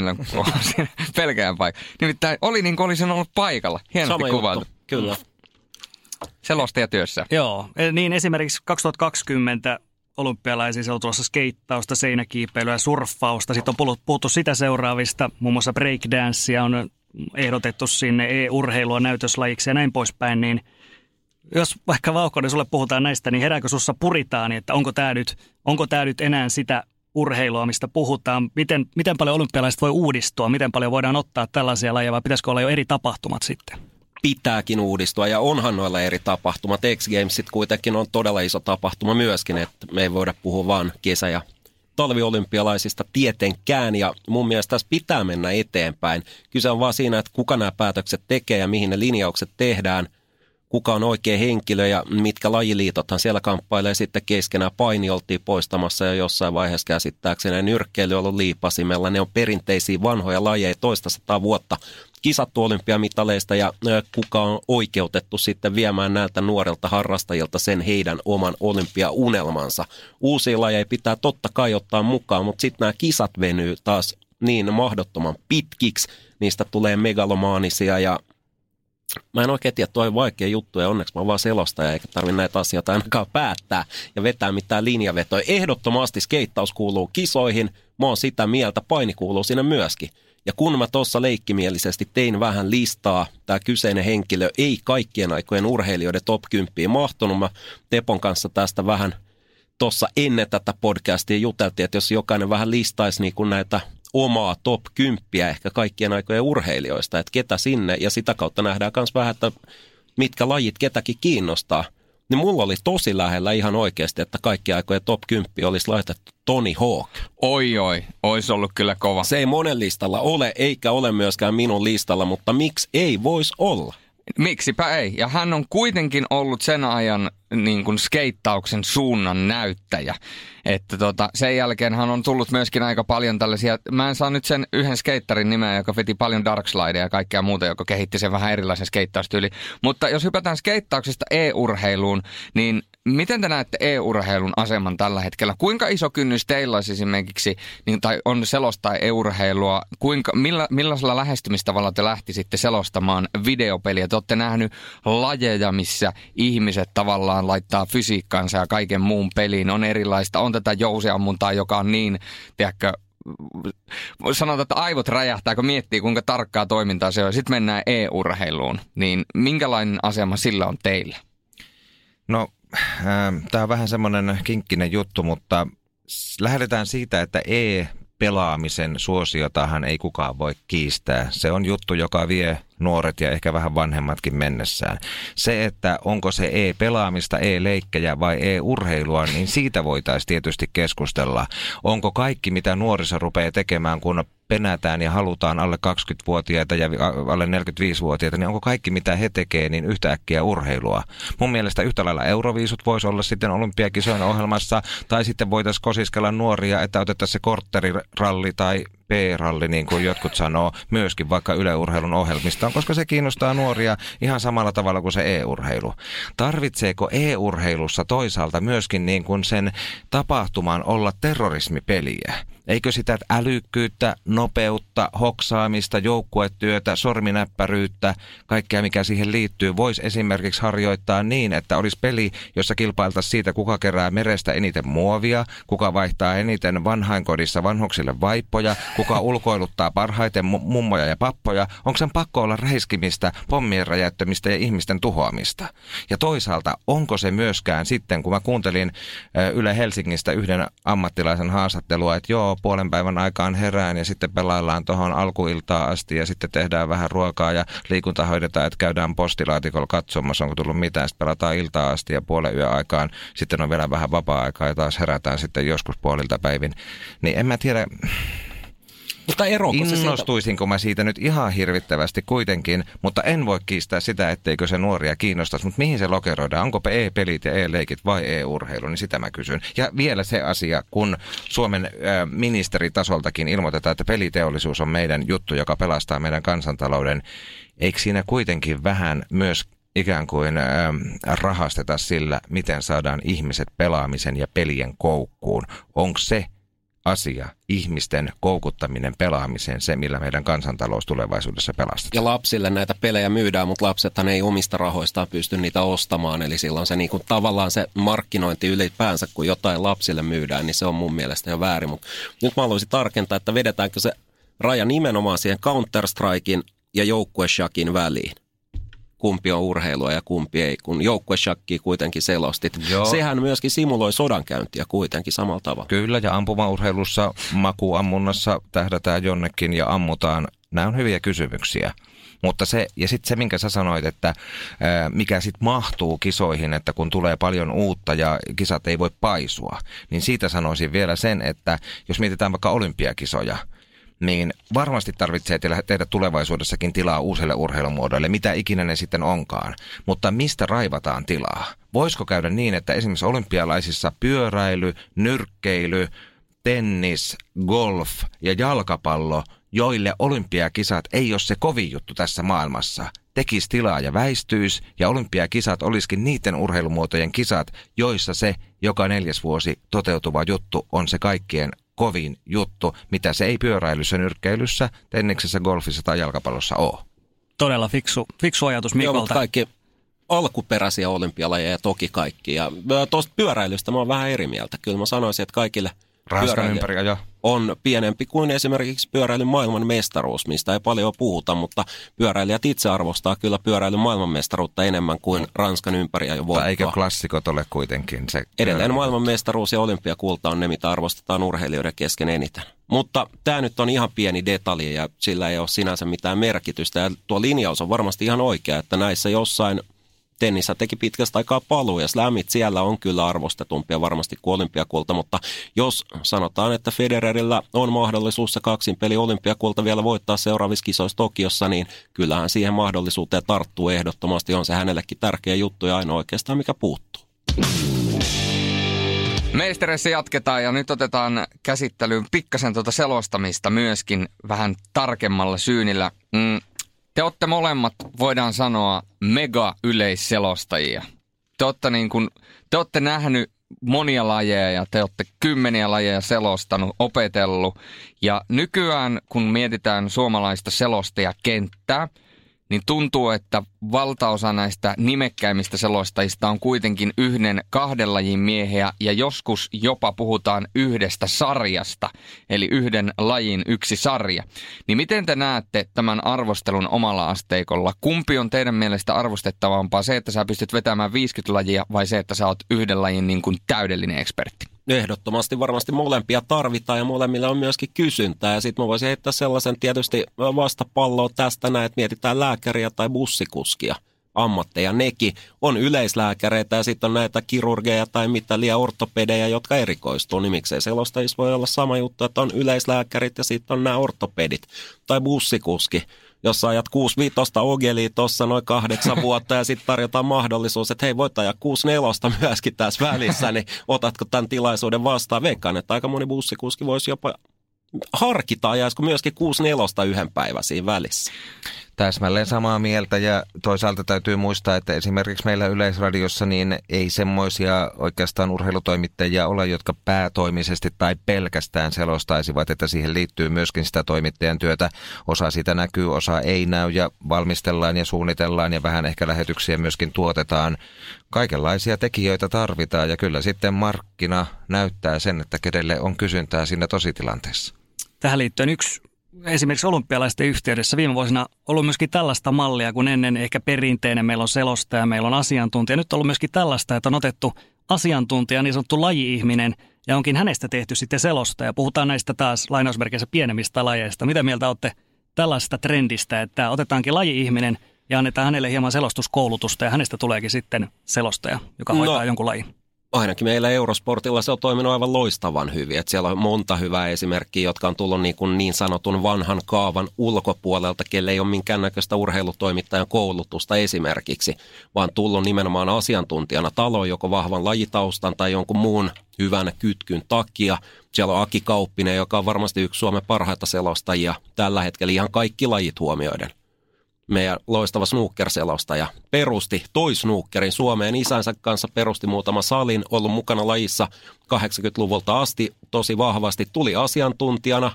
pelkään paikka. Nimittäin oli niin kuin olisin ollut paikalla. Hienosti kuvailtu. Kyllä. Selostajatyössä. Joo, niin esimerkiksi 2020 olympialaisissa on tulossa skeittausta, seinäkiipeilyä, surffausta. Sitten on puhuttu sitä seuraavista, muun muassa breakdancea on ehdotettu sinne urheilua näytöslajiksi ja näin poispäin, niin jos vaikka Vauhkonen sulle puhutaan näistä, niin herääkö sussa puritaani, että onko tämä nyt enää sitä urheilua, mistä puhutaan? Miten paljon olympialaiset voi uudistua? Miten paljon voidaan ottaa tällaisia lajeja vai pitäisikö olla jo eri tapahtumat sitten? Pitääkin uudistua ja onhan noilla eri tapahtumat. X-Gamesit kuitenkin on todella iso tapahtuma myöskin, että me ei voida puhua vaan kesä- ja talviolympialaisista tietenkään, ja mun mielestä tässä pitää mennä eteenpäin. Kyse on vaan siinä, että kuka nämä päätökset tekee ja mihin ne linjaukset tehdään, kuka on oikea henkilö ja mitkä lajiliitothan siellä kamppailee sitten keskenään. Paini oltiin poistamassa ja jossain vaiheessa käsittääkseni nyrkkeily on ollut liipasimella. Ne on perinteisiä vanhoja lajeja 200 vuotta kisattu olympiamitaleista ja kuka on oikeutettu sitten viemään näiltä nuorilta harrastajilta sen heidän oman olympiaunelmansa. Uusia lajeja pitää totta kai ottaa mukaan, mutta sitten nämä kisat venyy taas niin mahdottoman pitkiksi, niistä tulee megalomaanisia ja mä en oikein tiedä, tuo on vaikea juttu ja onneksi mä oon vaan selostaja eikä tarvitse näitä asioita ainakaan päättää ja vetää mitään linjavetoja. Ehdottomasti skeittaus kuuluu kisoihin, mä oon sitä mieltä, paini kuuluu sinne myöskin. Ja kun mä tuossa leikkimielisesti tein vähän listaa, tämä kyseinen henkilö ei kaikkien aikojen urheilijoiden top 10 mahtunut. Mä Tepon kanssa tästä vähän tuossa ennen tätä podcastia juteltiin, että jos jokainen vähän listaisi niin kuin näitä omaa top 10 ehkä kaikkien aikojen urheilijoista, että ketä sinne, ja sitä kautta nähdään myös vähän, että mitkä lajit ketäkin kiinnostaa. niin mulla oli tosi lähellä ihan oikeasti, että kaikki aikojen top 10 olisi laitettu Tony Hawk. Oi, olisi ollut kyllä kova. Se ei monen listalla ole, eikä ole myöskään minun listalla, mutta miksi ei voisi olla? Miksipä ei. Ja hän on kuitenkin ollut sen ajan niin kuin skeittauksen suunnan näyttäjä. Että sen jälkeen hän on tullut myöskin aika paljon tällaisia, mä en saa nyt sen yhden skeittarin nimeä, joka veti paljon darkslideja ja kaikkea muuta, joka kehitti sen vähän erilaisen skeittaustyyli. Mutta jos hypätään skeittauksesta e-urheiluun, niin miten te näette e-urheilun aseman tällä hetkellä? Kuinka iso kynnys teillä olisi esimerkiksi, tai on selostaa e-urheilua? Millaisella lähestymistavalla te lähtisitte selostamaan videopeliä? Te olette nähnyt lajeja, missä ihmiset tavallaan laittaa fysiikkaansa ja kaiken muun peliin. On erilaista, on tätä jousiammuntaa, joka on niin, tiedätkö, sanotaan, että aivot räjähtää, kun miettii, kuinka tarkkaa toimintaa se on. Sitten mennään e-urheiluun. Niin minkälainen asema sillä on teillä? No, tämä on vähän semmoinen kinkkinen juttu, mutta lähdetään siitä, että pelaamisen suosiotahan ei kukaan voi kiistää. Se on juttu, joka vie nuoret ja ehkä vähän vanhemmatkin mennessään. Se, että onko se e-pelaamista, e-leikkejä vai e-urheilua, niin siitä voitaisiin tietysti keskustella. Onko kaikki, mitä nuoriso rupeaa tekemään, kun penätään ja halutaan alle 20-vuotiaita ja alle 45-vuotiaita, niin onko kaikki, mitä he tekee, niin yhtäkkiä urheilua? Mun mielestä yhtä lailla Euroviisut voisi olla sitten olympiakisojen ohjelmassa, tai sitten voitaisiin kosiskella nuoria, että otettaisiin se kortteriralli tai P-ralli, niin kuin jotkut sanoo, myöskin vaikka Yle Urheilun ohjelmistaan, koska se kiinnostaa nuoria ihan samalla tavalla kuin se e-urheilu. Tarvitseeko e-urheilussa toisaalta myöskin niin kuin sen tapahtuman olla terrorismipeliä? Eikö sitä älykkyyttä, nopeutta, hoksaamista, joukkuetyötä, sorminäppäryyttä, kaikkea mikä siihen liittyy, voisi esimerkiksi harjoittaa niin, että olisi peli, jossa kilpailtaisiin siitä, kuka kerää merestä eniten muovia, kuka vaihtaa eniten vanhainkodissa vanhuksille vaippoja, kuka ulkoiluttaa parhaiten mummoja ja pappoja. Onko sen pakko olla räiskimistä, pommien räjäyttämistä ja ihmisten tuhoamista? Ja toisaalta, onko se myöskään sitten, kun mä kuuntelin Yle Helsingistä yhden ammattilaisen haastattelua, että joo, puolen päivän aikaan herään ja sitten pelaillaan tuohon alkuiltaan asti ja sitten tehdään vähän ruokaa ja liikunta hoidetaan, että käydään postilaatikolla katsomassa, onko tullut mitään, sitten pelataan iltaan asti ja puolen yön aikaan, sitten on vielä vähän vapaa-aikaa ja taas herätään sitten joskus puolilta päivin. Niin en mä tiedä, mutta innostuisinko mä siitä nyt ihan hirvittävästi kuitenkin, mutta en voi kiistää sitä, etteikö se nuoria kiinnostaisi. Mutta mihin se lokeroidaan? Onko e-pelit ja e-leikit vai e-urheilu? Niin sitä mä kysyn. Ja vielä se asia, kun Suomen ministeritasoltakin ilmoitetaan, että peliteollisuus on meidän juttu, joka pelastaa meidän kansantalouden. Eikö siinä kuitenkin vähän myös ikään kuin rahasteta sillä, miten saadaan ihmiset pelaamisen ja pelien koukkuun? Onko se asia, ihmisten koukuttaminen pelaamiseen, se millä meidän kansantalous tulevaisuudessa pelastetaan? Ja lapsille näitä pelejä myydään, mutta lapsethan ei omista rahoistaan pysty niitä ostamaan, eli silloin se niinku, tavallaan se markkinointi ylipäänsä, kun jotain lapsille myydään, niin se on mun mielestä jo väärin. Mutta nyt mä haluaisin tarkentaa, että vedetäänkö se raja nimenomaan siihen Counter-Strikein ja joukkueshakin väliin. Kumpi on urheilua ja kumpi ei, kun joukkueshakkia kuitenkin selostit. Joo. Sehän myöskin simuloi sodankäyntiä kuitenkin samalla tavalla. Kyllä, ja ampumaurheilussa, makuammunnassa tähdätään jonnekin ja ammutaan. Nämä on hyviä kysymyksiä. Mutta se, ja sitten se, minkä sä sanoit, että mikä sitten mahtuu kisoihin, että kun tulee paljon uutta ja kisat ei voi paisua, niin siitä sanoisin vielä sen, että jos mietitään vaikka olympiakisoja, niin varmasti tarvitsee tehdä tulevaisuudessakin tilaa uusille urheilumuodoille, mitä ikinä ne sitten onkaan. Mutta mistä raivataan tilaa? Voisiko käydä niin, että esimerkiksi olympialaisissa pyöräily, nyrkkeily, tennis, golf ja jalkapallo, joille olympiakisat ei ole se kovin juttu tässä maailmassa, tekisi tilaa ja väistyisi, ja olympiakisat olisikin niiden urheilumuotojen kisat, joissa se joka 4 vuosi toteutuva juttu on se kaikkien kovin juttu, mitä se ei pyöräilyssä, nyrkkeilyssä, tenniksessä, golfissa tai jalkapallossa ole. Todella fiksu ajatus Mikolta. Joo, mutta kaikki alkuperäisiä olympialajeja toki kaikki. Ja tuosta pyöräilystä mä oon vähän eri mieltä. Kyllä mä sanoisin, että kaikille pyöräilijä on pienempi kuin esimerkiksi pyöräilyn maailmanmestaruus, mistä ei paljon puhuta, mutta pyöräilijät itse arvostaa kyllä pyöräilyn maailmanmestaruutta enemmän kuin Ranskan ympäriajovoittoa. Eikö klassikot ole kuitenkin se? Edelleen maailmanmestaruus ja olympiakulta on ne, mitä arvostetaan urheilijoiden kesken eniten. Mutta tämä nyt on ihan pieni detalji ja sillä ei ole sinänsä mitään merkitystä. Ja tuo linjaus on varmasti ihan oikea, että näissä jossain Tennisä teki pitkästä aikaa paluu ja slamit siellä on kyllä arvostetumpia varmasti kuin olympiakulta, mutta jos sanotaan, että Federerillä on mahdollisuus se kaksinpeli olympiakulta vielä voittaa seuraavissa kisoissa Tokiossa, niin kyllähän siihen mahdollisuuteen tarttuu ehdottomasti. On se hänellekin tärkeä juttu ja ainoa oikeastaan mikä puuttuu. Meistereissä jatketaan ja nyt otetaan käsittelyyn pikkasen selostamista myöskin vähän tarkemmalla syynillä. Te olette molemmat, voidaan sanoa, mega-yleisselostajia. Te olette nähnyt monia lajeja ja te olette kymmeniä lajeja selostanut, opetellut. Ja nykyään, kun mietitään suomalaista selostajakenttää, niin tuntuu, että valtaosa näistä nimekkäimmistä selostajista on kuitenkin 1-2 lajin miehiä ja joskus jopa puhutaan yhdestä sarjasta, eli yhden lajin yksi sarja. Niin miten te näette tämän arvostelun omalla asteikolla? Kumpi on teidän mielestä arvostettavampaa, se, että sä pystyt vetämään 50 lajia vai se, että sä oot yhden lajin niin kuin täydellinen ekspertti? Ehdottomasti varmasti molempia tarvitaan ja molemmilla on myöskin kysyntää. Ja sitten mä voisin heittää sellaisen tietysti vastapalloa tästä näin, että mietitään lääkäriä tai bussikuskia. Ammatteja nekin on yleislääkäreitä ja sitten on näitä kirurgeja tai mitä liian ortopedejä, jotka erikoistuu. Niin miksei selostajissa voi olla sama juttu, että on yleislääkärit ja sitten on nämä ortopedit tai bussikuski. Jos sä ajat 6-5 ogelia tuossa noin 8 vuotta ja sitten tarjotaan mahdollisuus, että hei voit ajaa 6-4 myöskin tässä välissä, niin otatko tämän tilaisuuden vastaan? Veikkaan, että aika moni bussikuski voisi jopa harkita ajaisiko myöskin 6-4 yhden päivän siinä välissä. Täsmälleen samaa mieltä ja toisaalta täytyy muistaa, että esimerkiksi meillä Yleisradiossa niin ei semmoisia oikeastaan urheilutoimittajia ole, jotka päätoimisesti tai pelkästään selostaisivat, että siihen liittyy myöskin sitä toimittajan työtä. Osa sitä näkyy, osa ei näy ja valmistellaan ja suunnitellaan ja vähän ehkä lähetyksiä myöskin tuotetaan. Kaikenlaisia tekijöitä tarvitaan ja kyllä sitten markkina näyttää sen, että kenelle on kysyntää siinä tositilanteessa. Tähän liittyen yksi esimerkiksi olympialaisten yhteydessä viime vuosina ollut myöskin tällaista mallia, kun ennen ehkä perinteinen meillä on selostaja, meillä on asiantuntija. Nyt on ollut myöskin tällaista, että on otettu asiantuntija, niin sanottu laji-ihminen, ja onkin hänestä tehty sitten selostaja. Puhutaan näistä taas lainausmerkeissä pienemmistä lajeista. Mitä mieltä olette tällaista trendistä, että otetaankin laji-ihminen ja annetaan hänelle hieman selostuskoulutusta, ja hänestä tuleekin sitten selostaja, joka hoitaa jonkun lajin? Ainakin meillä Eurosportilla se on toiminut aivan loistavan hyvin. Että siellä on monta hyvää esimerkkiä, jotka on tullut niin sanotun vanhan kaavan ulkopuolelta, kelle ei ole minkäännäköistä urheilutoimittajan koulutusta esimerkiksi, vaan tullut nimenomaan asiantuntijana taloon joko vahvan lajitaustan tai jonkun muun hyvän kytkyn takia. Siellä on Aki Kauppinen, joka on varmasti yksi Suomen parhaita selostajia tällä hetkellä ihan kaikki lajit huomioiden. Meidän loistava snooker-selostaja perusti snookerin Suomeen isänsä kanssa, perusti muutama salin, ollut mukana lajissa 80-luvulta asti tosi vahvasti, tuli asiantuntijana,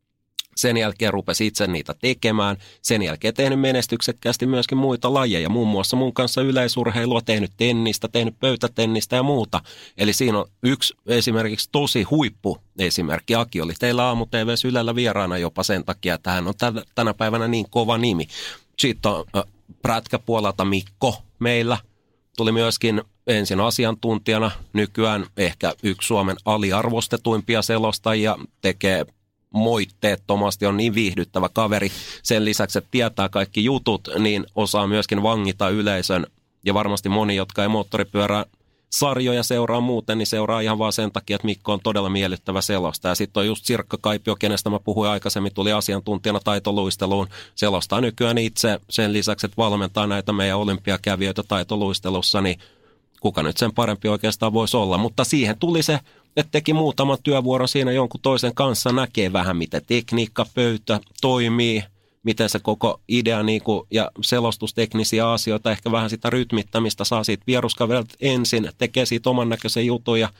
sen jälkeen rupesi itse niitä tekemään, sen jälkeen tehnyt menestyksekkäästi myöskin muita lajeja, muun muassa mun kanssa yleisurheilua, tehnyt tennistä, tehnyt pöytätennistä ja muuta. Eli siinä on yksi esimerkiksi tosi huippu esimerkki. Aki oli teillä aamu-tv:ssä Ylellä vieraana jopa sen takia, että hän on tänä päivänä niin kova nimi. Sitten on prätkäpuolelta Mikko meillä. Tuli myöskin ensin asiantuntijana, nykyään ehkä yksi Suomen aliarvostetuimpia selostajia, tekee moitteettomasti, on niin viihdyttävä kaveri. Sen lisäksi, että tietää kaikki jutut, niin osaa myöskin vangita yleisön. Ja varmasti moni, jotka ei moottoripyörää sarjoja seuraa muuten, niin seuraa ihan vaan sen takia, että Mikko on todella miellyttävä selostaja. Sitten on just Sirkka Kaipio, kenestä mä puhuin aikaisemmin, tuli asiantuntijana taitoluisteluun. Selostaa nykyään itse sen lisäksi, että valmentaa näitä meidän olympiakävijöitä taitoluistelussa, niin kuka nyt sen parempi oikeastaan voisi olla. Mutta siihen tuli se, että teki muutaman työvuoron siinä jonkun toisen kanssa, näkee vähän, miten tekniikka, pöytä toimii, miten se koko idea ja selostusteknisiä asioita, ehkä vähän sitä rytmittämistä saa siitä vieruskaverilta ensin, tekee siitä oman näköisen jutun ja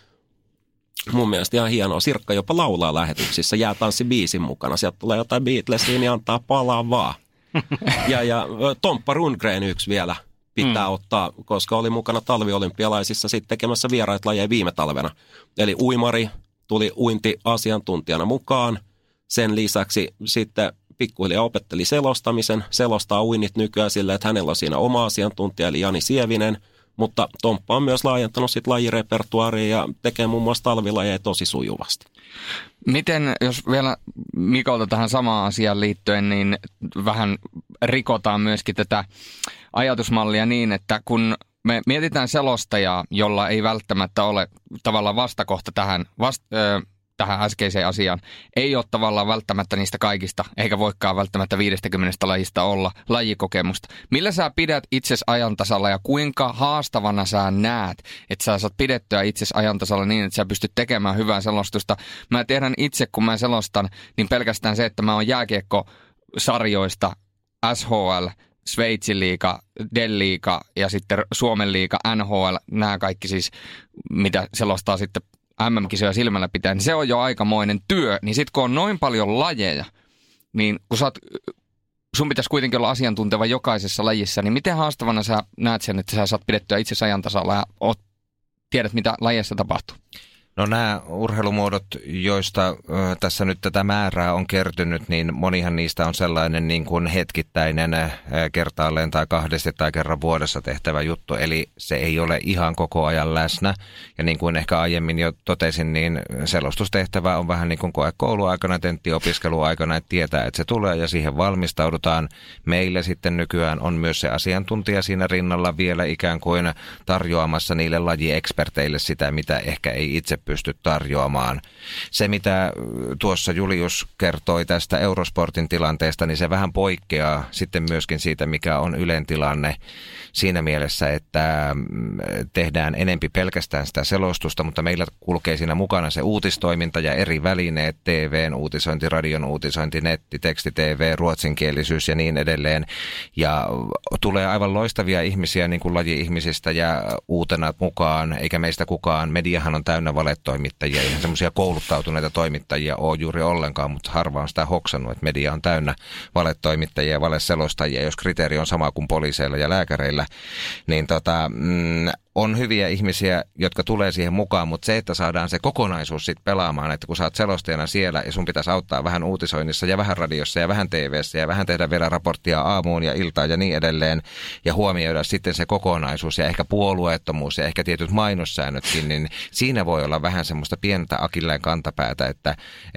mun mielestä ihan hienoa. Sirkka jopa laulaa lähetyksissä, jää tanssibiisin mukana, sieltä tulee jotain Beatlesia, niin antaa palaa vaan. Ja Tomppa Rundgren yksi vielä pitää ottaa, koska oli mukana talviolympialaisissa sitten tekemässä vieraita lajeja viime talvena. Eli uimari tuli uintiasiantuntijana mukaan, sen lisäksi sitten pikkuhiljaa opetteli selostamisen, selostaa uinnit nykyään sillä, että hänellä on siinä oma asiantuntija, eli Jani Sievinen, mutta Tomppa on myös laajentanut sit lajirepertuaaria ja tekee muun muassa talvilajeja tosi sujuvasti. Miten, jos vielä Mikolta tähän samaan asiaan liittyen, niin vähän rikotaan myöskin tätä ajatusmallia niin, että kun me mietitään selostajaa, jolla ei välttämättä ole tavallaan vastakohta tähän äskeiseen asiaan, ei ole tavallaan välttämättä niistä kaikista, eikä voikaan välttämättä 50 lajista olla lajikokemusta. Millä sä pidät itsesi ajantasalla ja kuinka haastavana sä näet, että sä saat pidettyä itsesi ajantasalla niin, että sä pystyt tekemään hyvää selostusta? Mä tiedän itse, kun mä selostan, niin pelkästään se, että mä oon jääkiekkosarjoista, SHL, Sveitsin liiga, Del-liiga ja sitten Suomen liiga, NHL, nämä kaikki siis, mitä selostaa sitten MM-kisoja silmällä pitää, niin se on jo aikamoinen työ. Niin sitten kun on noin paljon lajeja, niin kun sun pitäisi kuitenkin olla asiantunteva jokaisessa lajissa, niin miten haastavana sä näet sen, että sä saat pidettyä itsesi ajan tasalla ja tiedät, mitä lajeissa tapahtuu? No nämä urheilumuodot, joista tässä nyt tätä määrää on kertynyt, niin monihan niistä on sellainen niin kuin hetkittäinen kertaalleen tai kahdesti tai kerran vuodessa tehtävä juttu. Eli se ei ole ihan koko ajan läsnä. Ja niin kuin ehkä aiemmin jo totesin, niin selostustehtävä on vähän niin kuin kouluaikana, tenttiopiskeluaikana, että tietää, että se tulee ja siihen valmistaudutaan. Meille sitten nykyään on myös se asiantuntija siinä rinnalla vielä ikään kuin tarjoamassa niille lajieksperteille sitä, mitä ehkä ei itse pysty tarjoamaan. Se, mitä tuossa Julius kertoi tästä Eurosportin tilanteesta, niin se vähän poikkeaa sitten myöskin siitä, mikä on Ylen tilanne siinä mielessä, että tehdään enempi pelkästään sitä selostusta, mutta meillä kulkee siinä mukana se uutistoiminta ja eri välineet, TV:n uutisointi, radion uutisointi, netti, teksti-TV, ruotsinkielisyys ja niin edelleen. Ja tulee aivan loistavia ihmisiä niin kuin laji-ihmisistä ja uutena mukaan, eikä meistä kukaan. Mediahan on täynnä valetoimittajia, eihän semmoisia kouluttautuneita toimittajia ole juuri ollenkaan, mutta harva on sitä hoksannut, että media on täynnä valetoimittajia ja valeselostajia, jos kriteeri on sama kuin poliiseilla ja lääkäreillä, niin on hyviä ihmisiä, jotka tulee siihen mukaan, mutta se, että saadaan se kokonaisuus sitten pelaamaan, että kun sä oot selostajana siellä ja sun pitäisi auttaa vähän uutisoinnissa ja vähän radiossa ja vähän TV:ssä ja vähän tehdä vielä raporttia aamuun ja iltaan ja niin edelleen ja huomioida sitten se kokonaisuus ja ehkä puolueettomuus ja ehkä tietyt mainossäännötkin, niin siinä voi olla vähän semmoista pientä akilleen kantapäätä, että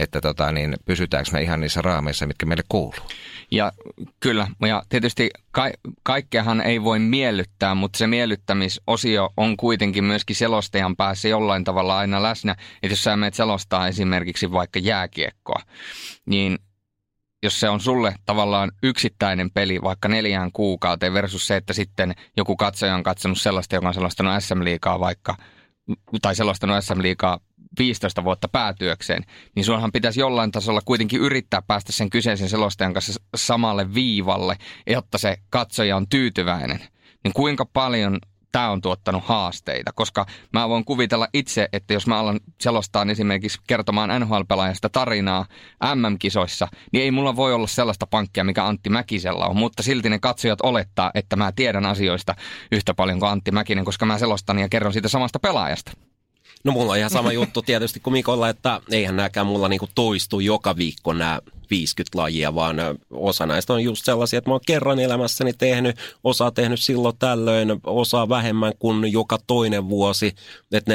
pysytäänkö me ihan niissä raameissa, mitkä meille kuuluu. Ja kyllä, ja tietysti kaikkeahan ei voi miellyttää, mutta se miellyttämisosio on kuitenkin myöskin selostajan päässä jollain tavalla aina läsnä. Että jos sä menet selostaa esimerkiksi vaikka jääkiekkoa, niin jos se on sulle tavallaan yksittäinen peli vaikka 4 kuukauteen versus se, että sitten joku katsoja on katsonut sellaista, joka on selostanut SM-liigaa vaikka, tai selostanut SM-liigaa 15 vuotta päätyökseen, niin sunhan pitäisi jollain tasolla kuitenkin yrittää päästä sen kyseisen selostajan kanssa samalle viivalle, jotta se katsoja on tyytyväinen. Niin kuinka paljon tämä on tuottanut haasteita, koska mä voin kuvitella itse, että jos mä alan selostaa esimerkiksi kertomaan NHL-pelaajasta tarinaa MM-kisoissa, niin ei mulla voi olla sellaista pankkia, mikä Antti Mäkisellä on, mutta silti ne katsojat olettaa, että mä tiedän asioista yhtä paljon kuin Antti Mäkinen, koska mä selostan ja kerron siitä samasta pelaajasta. No mulla on ihan sama juttu tietysti kuin Mikolla, että eihän nääkään mulla niinku toistu joka viikko nämä 50 lajia, vaan osa näistä on just sellaisia, että mä oon kerran elämässäni tehnyt, osa tehnyt silloin tällöin, osa vähemmän kuin joka toinen vuosi, että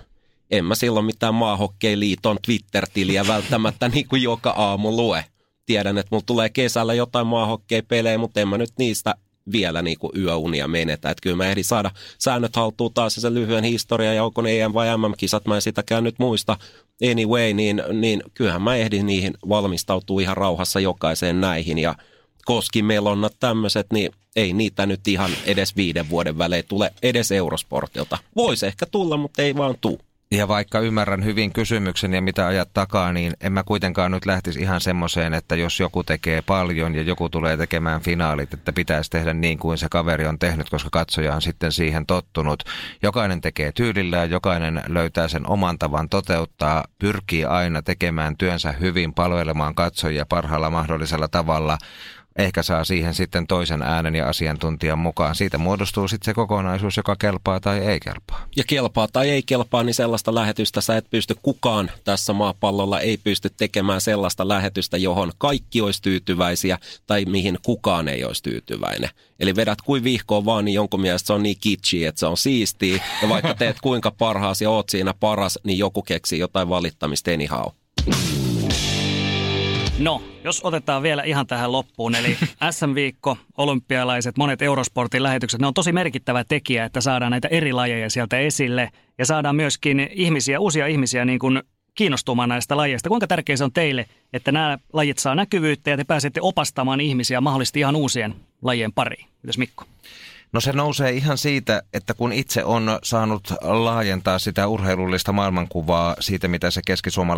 en mä silloin mitään Maahokkei-liiton Twitter-tiliä välttämättä niin kuin joka aamu lue. Tiedän, että mulla tulee kesällä jotain Maahokkei-pelejä, mutta en mä nyt niistä vielä niin kuin yöunia menetä. Että kyllä mä ehdin saada säännöt haltuun taas sen lyhyen historian, ja onko ne EM- vai MM-kisat, mä en sitäkään nyt muista anyway, niin kyllähän mä ehdin niihin valmistautua ihan rauhassa jokaiseen näihin, ja koskimelonnat tämmöiset, niin ei niitä nyt ihan edes 5 vuoden välein tule edes Eurosportilta. Voisi ehkä tulla, mutta ei vaan tule. Ja vaikka ymmärrän hyvin kysymyksen ja mitä ajat takaa, niin en mä kuitenkaan nyt lähtisi ihan semmoiseen, että jos joku tekee paljon ja joku tulee tekemään finaalit, että pitäisi tehdä niin kuin se kaveri on tehnyt, koska katsoja on sitten siihen tottunut. Jokainen tekee tyylillään, jokainen löytää sen oman tavan toteuttaa, pyrkii aina tekemään työnsä hyvin, palvelemaan katsojia parhaalla mahdollisella tavalla. Ehkä saa siihen sitten toisen äänen ja asiantuntijan mukaan. Siitä muodostuu sitten se kokonaisuus, joka kelpaa tai ei kelpaa. Ja kelpaa tai ei kelpaa, niin sellaista lähetystä sä et pysty, kukaan tässä maapallolla ei pysty tekemään sellaista lähetystä, johon kaikki olisi tyytyväisiä tai mihin kukaan ei olisi tyytyväinen. Eli vedät kuin vihkoon vaan, niin jonkun mielestä se on niin kitschy, että se on siistiä. Ja vaikka teet kuinka parhaasi ja oot siinä paras, niin joku keksii jotain valittamista anyhow. No, jos otetaan vielä ihan tähän loppuun, eli SM-viikko, olympialaiset, monet Eurosportin lähetykset, ne on tosi merkittävä tekijä, että saadaan näitä eri lajeja sieltä esille ja saadaan myöskin uusia ihmisiä niin kuin kiinnostumaan näistä lajeista. Kuinka tärkeää se on teille, että nämä lajit saa näkyvyyttä ja te pääsette opastamaan ihmisiä mahdollisesti ihan uusien lajien pariin? Mitäs Mikko? No se nousee ihan siitä, että kun itse on saanut laajentaa sitä urheilullista maailmankuvaa siitä, mitä se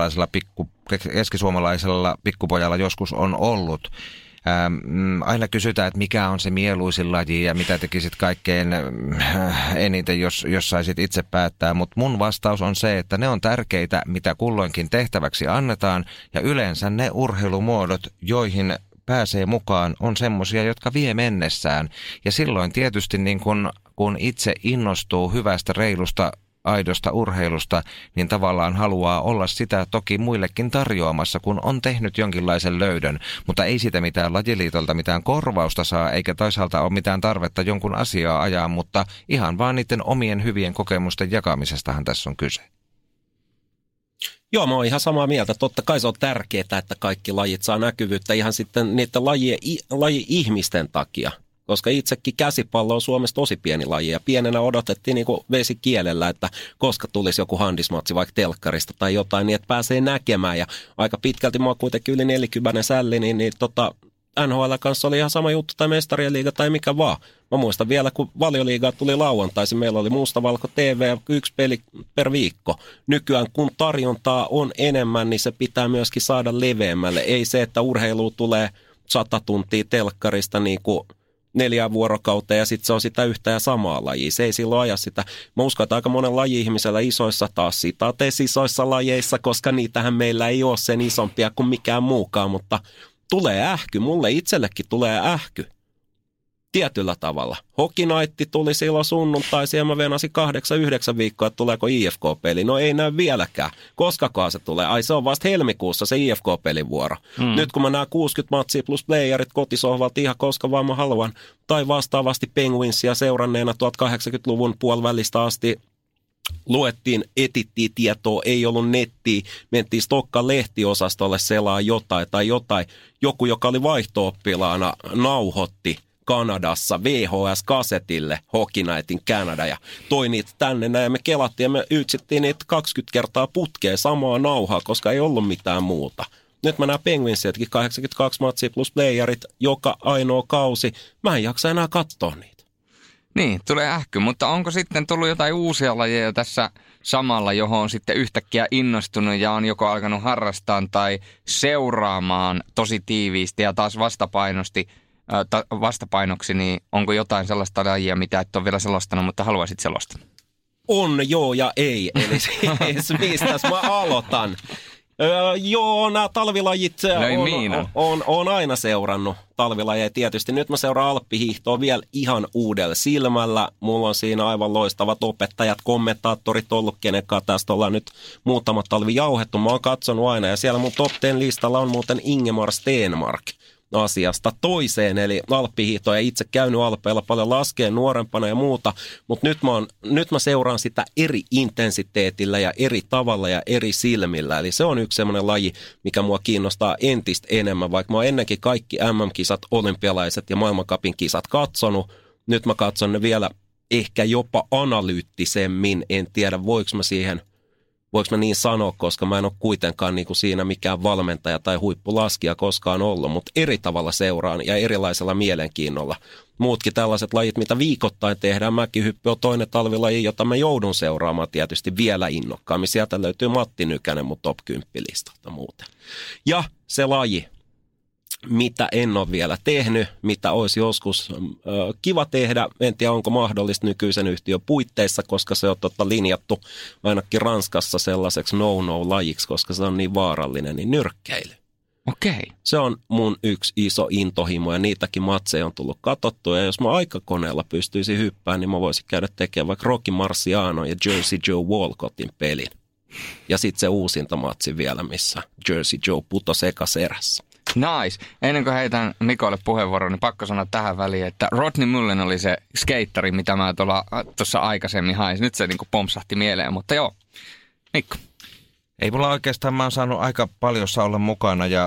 keskisuomalaisella pikkupojalla joskus on ollut. Aina kysytään, että mikä on se mieluisin laji ja mitä tekisit kaikkein eniten, jos saisit itse päättää. Mutta mun vastaus on se, että ne on tärkeitä, mitä kulloinkin tehtäväksi annetaan ja yleensä ne urheilumuodot, joihin pääsee mukaan, on semmoisia, jotka vie mennessään. Ja silloin tietysti niin kun itse innostuu hyvästä, reilusta, aidosta urheilusta, niin tavallaan haluaa olla sitä toki muillekin tarjoamassa, kun on tehnyt jonkinlaisen löydön. Mutta ei sitä mitään lajiliitolta mitään korvausta saa, eikä toisaalta ole mitään tarvetta jonkun asiaa ajaa, mutta ihan vaan niiden omien hyvien kokemusten jakamisestahan tässä on kyse. Joo, mä oon ihan samaa mieltä. Totta kai se on tärkeää, että kaikki lajit saa näkyvyyttä ihan sitten niiden laji-ihmisten takia. Koska itsekin käsipallo on Suomessa tosi pieni laji ja pienenä odotettiin niin kuin vesikielellä, että koska tulisi joku handismatsi vaikka telkkarista tai jotain, niin että pääsee näkemään. Ja aika pitkälti mä oon kuitenkin yli 40 sälli, niin NHL kanssa oli ihan sama juttu tai Mestarien liiga tai mikä vaan. Mä muistan vielä, kun Valioliigaa tuli lauantaisin, meillä oli mustavalko TV 1 peli per viikko. Nykyään kun tarjontaa on enemmän, niin se pitää myöskin saada leveämmälle. Ei se, että urheilu tulee 100 tuntia telkkarista niin kuin 4 vuorokautta ja sitten se on sitä yhtä ja samaa lajia. Se ei silloin aja sitä. Mä uskon, että aika monen laji-ihmisellä isoissa taas sitaateissa isoissa lajeissa, koska niitähän meillä ei ole sen isompia kuin mikään muukaan, mutta tulee ähky. Mulle itsellekin tulee ähky. Tietyllä tavalla. Hokinaitti tuli silloin sunnuntaisin ja mä venasin 8-9 viikkoa, että tuleeko IFK-peli. No ei näy vieläkään. Koskakaan se tulee? Ai se on vasta helmikuussa se IFK-pelin vuoro. Nyt kun mä näen 60 matsia plus playerit kotisohvalta ihan koska vaan mä haluan. Tai vastaavasti Penguinsia seuranneena 1080-luvun puolivälistä asti luettiin, etittiin tietoa, ei ollut nettiä, mentiin Stokkan lehtiosastolle selaa jotain tai jotain. Joku, joka oli vaihto-oppilaana, nauhoitti Kanadassa VHS-kasetille Hockey Nightin Canada ja toi niitä tänne näin ja me kelattiin ja me ytsittiin niitä 20 kertaa putkeen samaa nauhaa, koska ei ollut mitään muuta. Nyt mä näen Penguinsietkin 82 matsia plus playerit joka ainoa kausi. Mä en jaksa enää katsoa niitä. Niin, tulee ähky, mutta onko sitten tullut jotain uusia lajeja tässä samalla, johon on sitten yhtäkkiä innostunut ja on joko alkanut harrastaa tai seuraamaan tosi tiiviisti ja taas vastapainoksi, niin onko jotain sellaista lajia, mitä et ole vielä selostanut, mutta haluaisit selostaa? On, joo ja ei. Eli siis mistä mä aloitan? Joo, nämä talvilajit on aina seurannut talvilajeja tietysti. Nyt mä seuraan alppihiihtoa vielä ihan uudella silmällä. Mulla on siinä aivan loistavat opettajat, kommentaattorit ollut, kenenkaan tästä ollaan nyt muutama talvi jauhettu. Mä oon katsonut aina ja siellä mun top 10 listalla on muuten Ingemar Stenmark asiasta toiseen, eli alppihiihtoa ja itse käynyt alpeilla paljon laskeen nuorempana ja muuta, mutta nyt mä seuraan sitä eri intensiteetillä ja eri tavalla ja eri silmillä, eli se on yksi semmoinen laji, mikä mua kiinnostaa entistä enemmän, vaikka mä oon ennenkin kaikki MM-kisat, olympialaiset ja maailmancupin kisat katsonut, nyt mä katson ne vielä ehkä jopa analyyttisemmin, en tiedä voiko mä niin sanoa, koska mä en ole kuitenkaan niin kuin siinä mikään valmentaja tai huippulaskija koskaan ollut, mutta eri tavalla seuraan ja erilaisella mielenkiinnolla. Muutkin tällaiset lajit, mitä viikoittain tehdään, mäkihyppy on toinen talvilaji, jota mä joudun seuraamaan tietysti vielä innokkaammin. Sieltä löytyy Matti Nykänen mun top 10 listalta muuten. Ja se laji, mitä en ole vielä tehnyt, mitä olisi joskus kiva tehdä. En tiedä, onko mahdollista nykyisen yhtiön puitteissa, koska se on linjattu ainakin Ranskassa sellaiseksi no-no-lajiksi, koska se on niin vaarallinen, niin nyrkkeily. Okei. Se on mun yksi iso intohimo ja niitäkin matseja on tullut katsottua. Ja jos mä aikakoneella pystyisin hyppään, niin mä voisin käydä tekemään vaikka Rocky Marciano ja Jersey Joe Walcottin pelin. Ja sitten se uusinta matsi vielä, missä Jersey Joe putosi ekaserässä. Nice. Ennen kuin heitän Mikolle puheenvuoron, niin pakko sanoa tähän väliin, että Rodney Mullen oli se skeittari, mitä mä tuossa aikaisemmin haisin. Nyt se niin kuin pompsahti mieleen, mutta joo. Mikko. Ei mulla oikeastaan, mä oon saanut aika paljossa olla mukana ja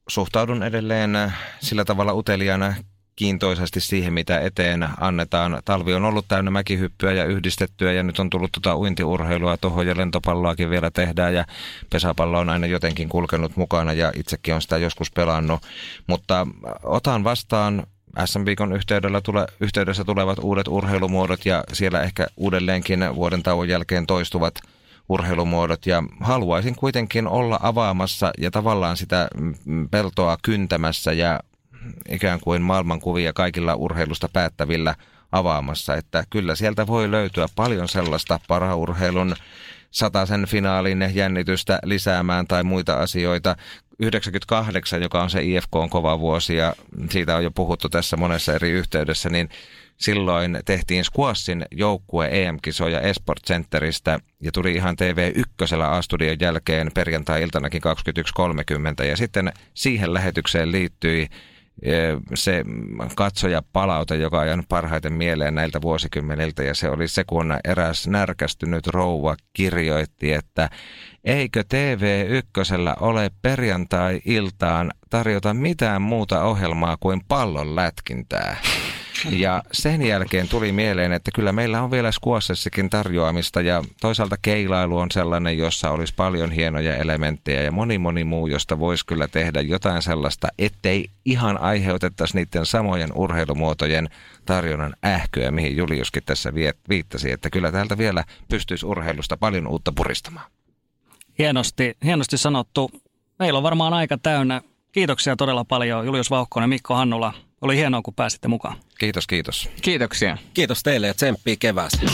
suhtaudun edelleen sillä tavalla uteliaana kiintoisasti siihen, mitä eteen annetaan. Talvi on ollut täynnä mäkihyppyä ja yhdistettyä ja nyt on tullut uintiurheilua tuohon ja lentopalloakin vielä tehdään ja pesäpallo on aina jotenkin kulkenut mukana ja itsekin on sitä joskus pelannut. Mutta otan vastaan SM-viikon yhteydessä tulevat uudet urheilumuodot ja siellä ehkä uudelleenkin vuoden tauon jälkeen toistuvat urheilumuodot ja haluaisin kuitenkin olla avaamassa ja tavallaan sitä peltoa kyntämässä ja ikään kuin maailmankuvia kaikilla urheilusta päättävillä avaamassa, että kyllä sieltä voi löytyä paljon sellaista paraurheilun 100 finaalin jännitystä lisäämään tai muita asioita. 98, joka on se IFK:n kova vuosi ja siitä on jo puhuttu tässä monessa eri yhteydessä, niin silloin tehtiin squashin joukkue EM-kisoja Esport Centeristä ja tuli ihan TV1 A-studion jälkeen perjantai-iltanakin 21.30 ja sitten siihen lähetykseen liittyi se katsojapalaute, joka on jäänyt parhaiten mieleen näiltä vuosikymmeniltä ja se oli se, kun eräs närkästynyt rouva kirjoitti, että eikö TV1 ole perjantai-iltaan tarjota mitään muuta ohjelmaa kuin pallon lätkintää. Ja sen jälkeen tuli mieleen, että kyllä meillä on vielä squashessakin tarjoamista ja toisaalta keilailu on sellainen, jossa olisi paljon hienoja elementtejä ja moni muu, josta voisi kyllä tehdä jotain sellaista, ettei ihan aiheutettaisi niiden samojen urheilumuotojen tarjonnan ähkyä, mihin Juliuskin tässä viittasi, että kyllä täältä vielä pystyisi urheilusta paljon uutta puristamaan. Hienosti sanottu. Meillä on varmaan aika täynnä. Kiitoksia todella paljon Julius Vauhkonen ja Mikko Hannula. Oli hienoa, kun pääsitte mukaan. Kiitos. Kiitoksia. Kiitos teille ja tsemppii kevääseen.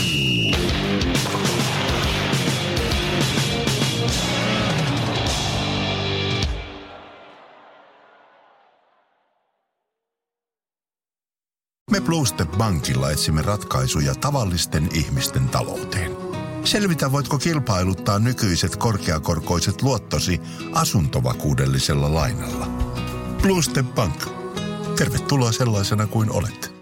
Me Bluestep Bankilla etsimme ratkaisuja tavallisten ihmisten talouteen. Selvitä, voitko kilpailuttaa nykyiset korkeakorkoiset luottosi asuntovakuudellisella lainalla. Bluestep Bank. Tervetuloa sellaisena kuin olet.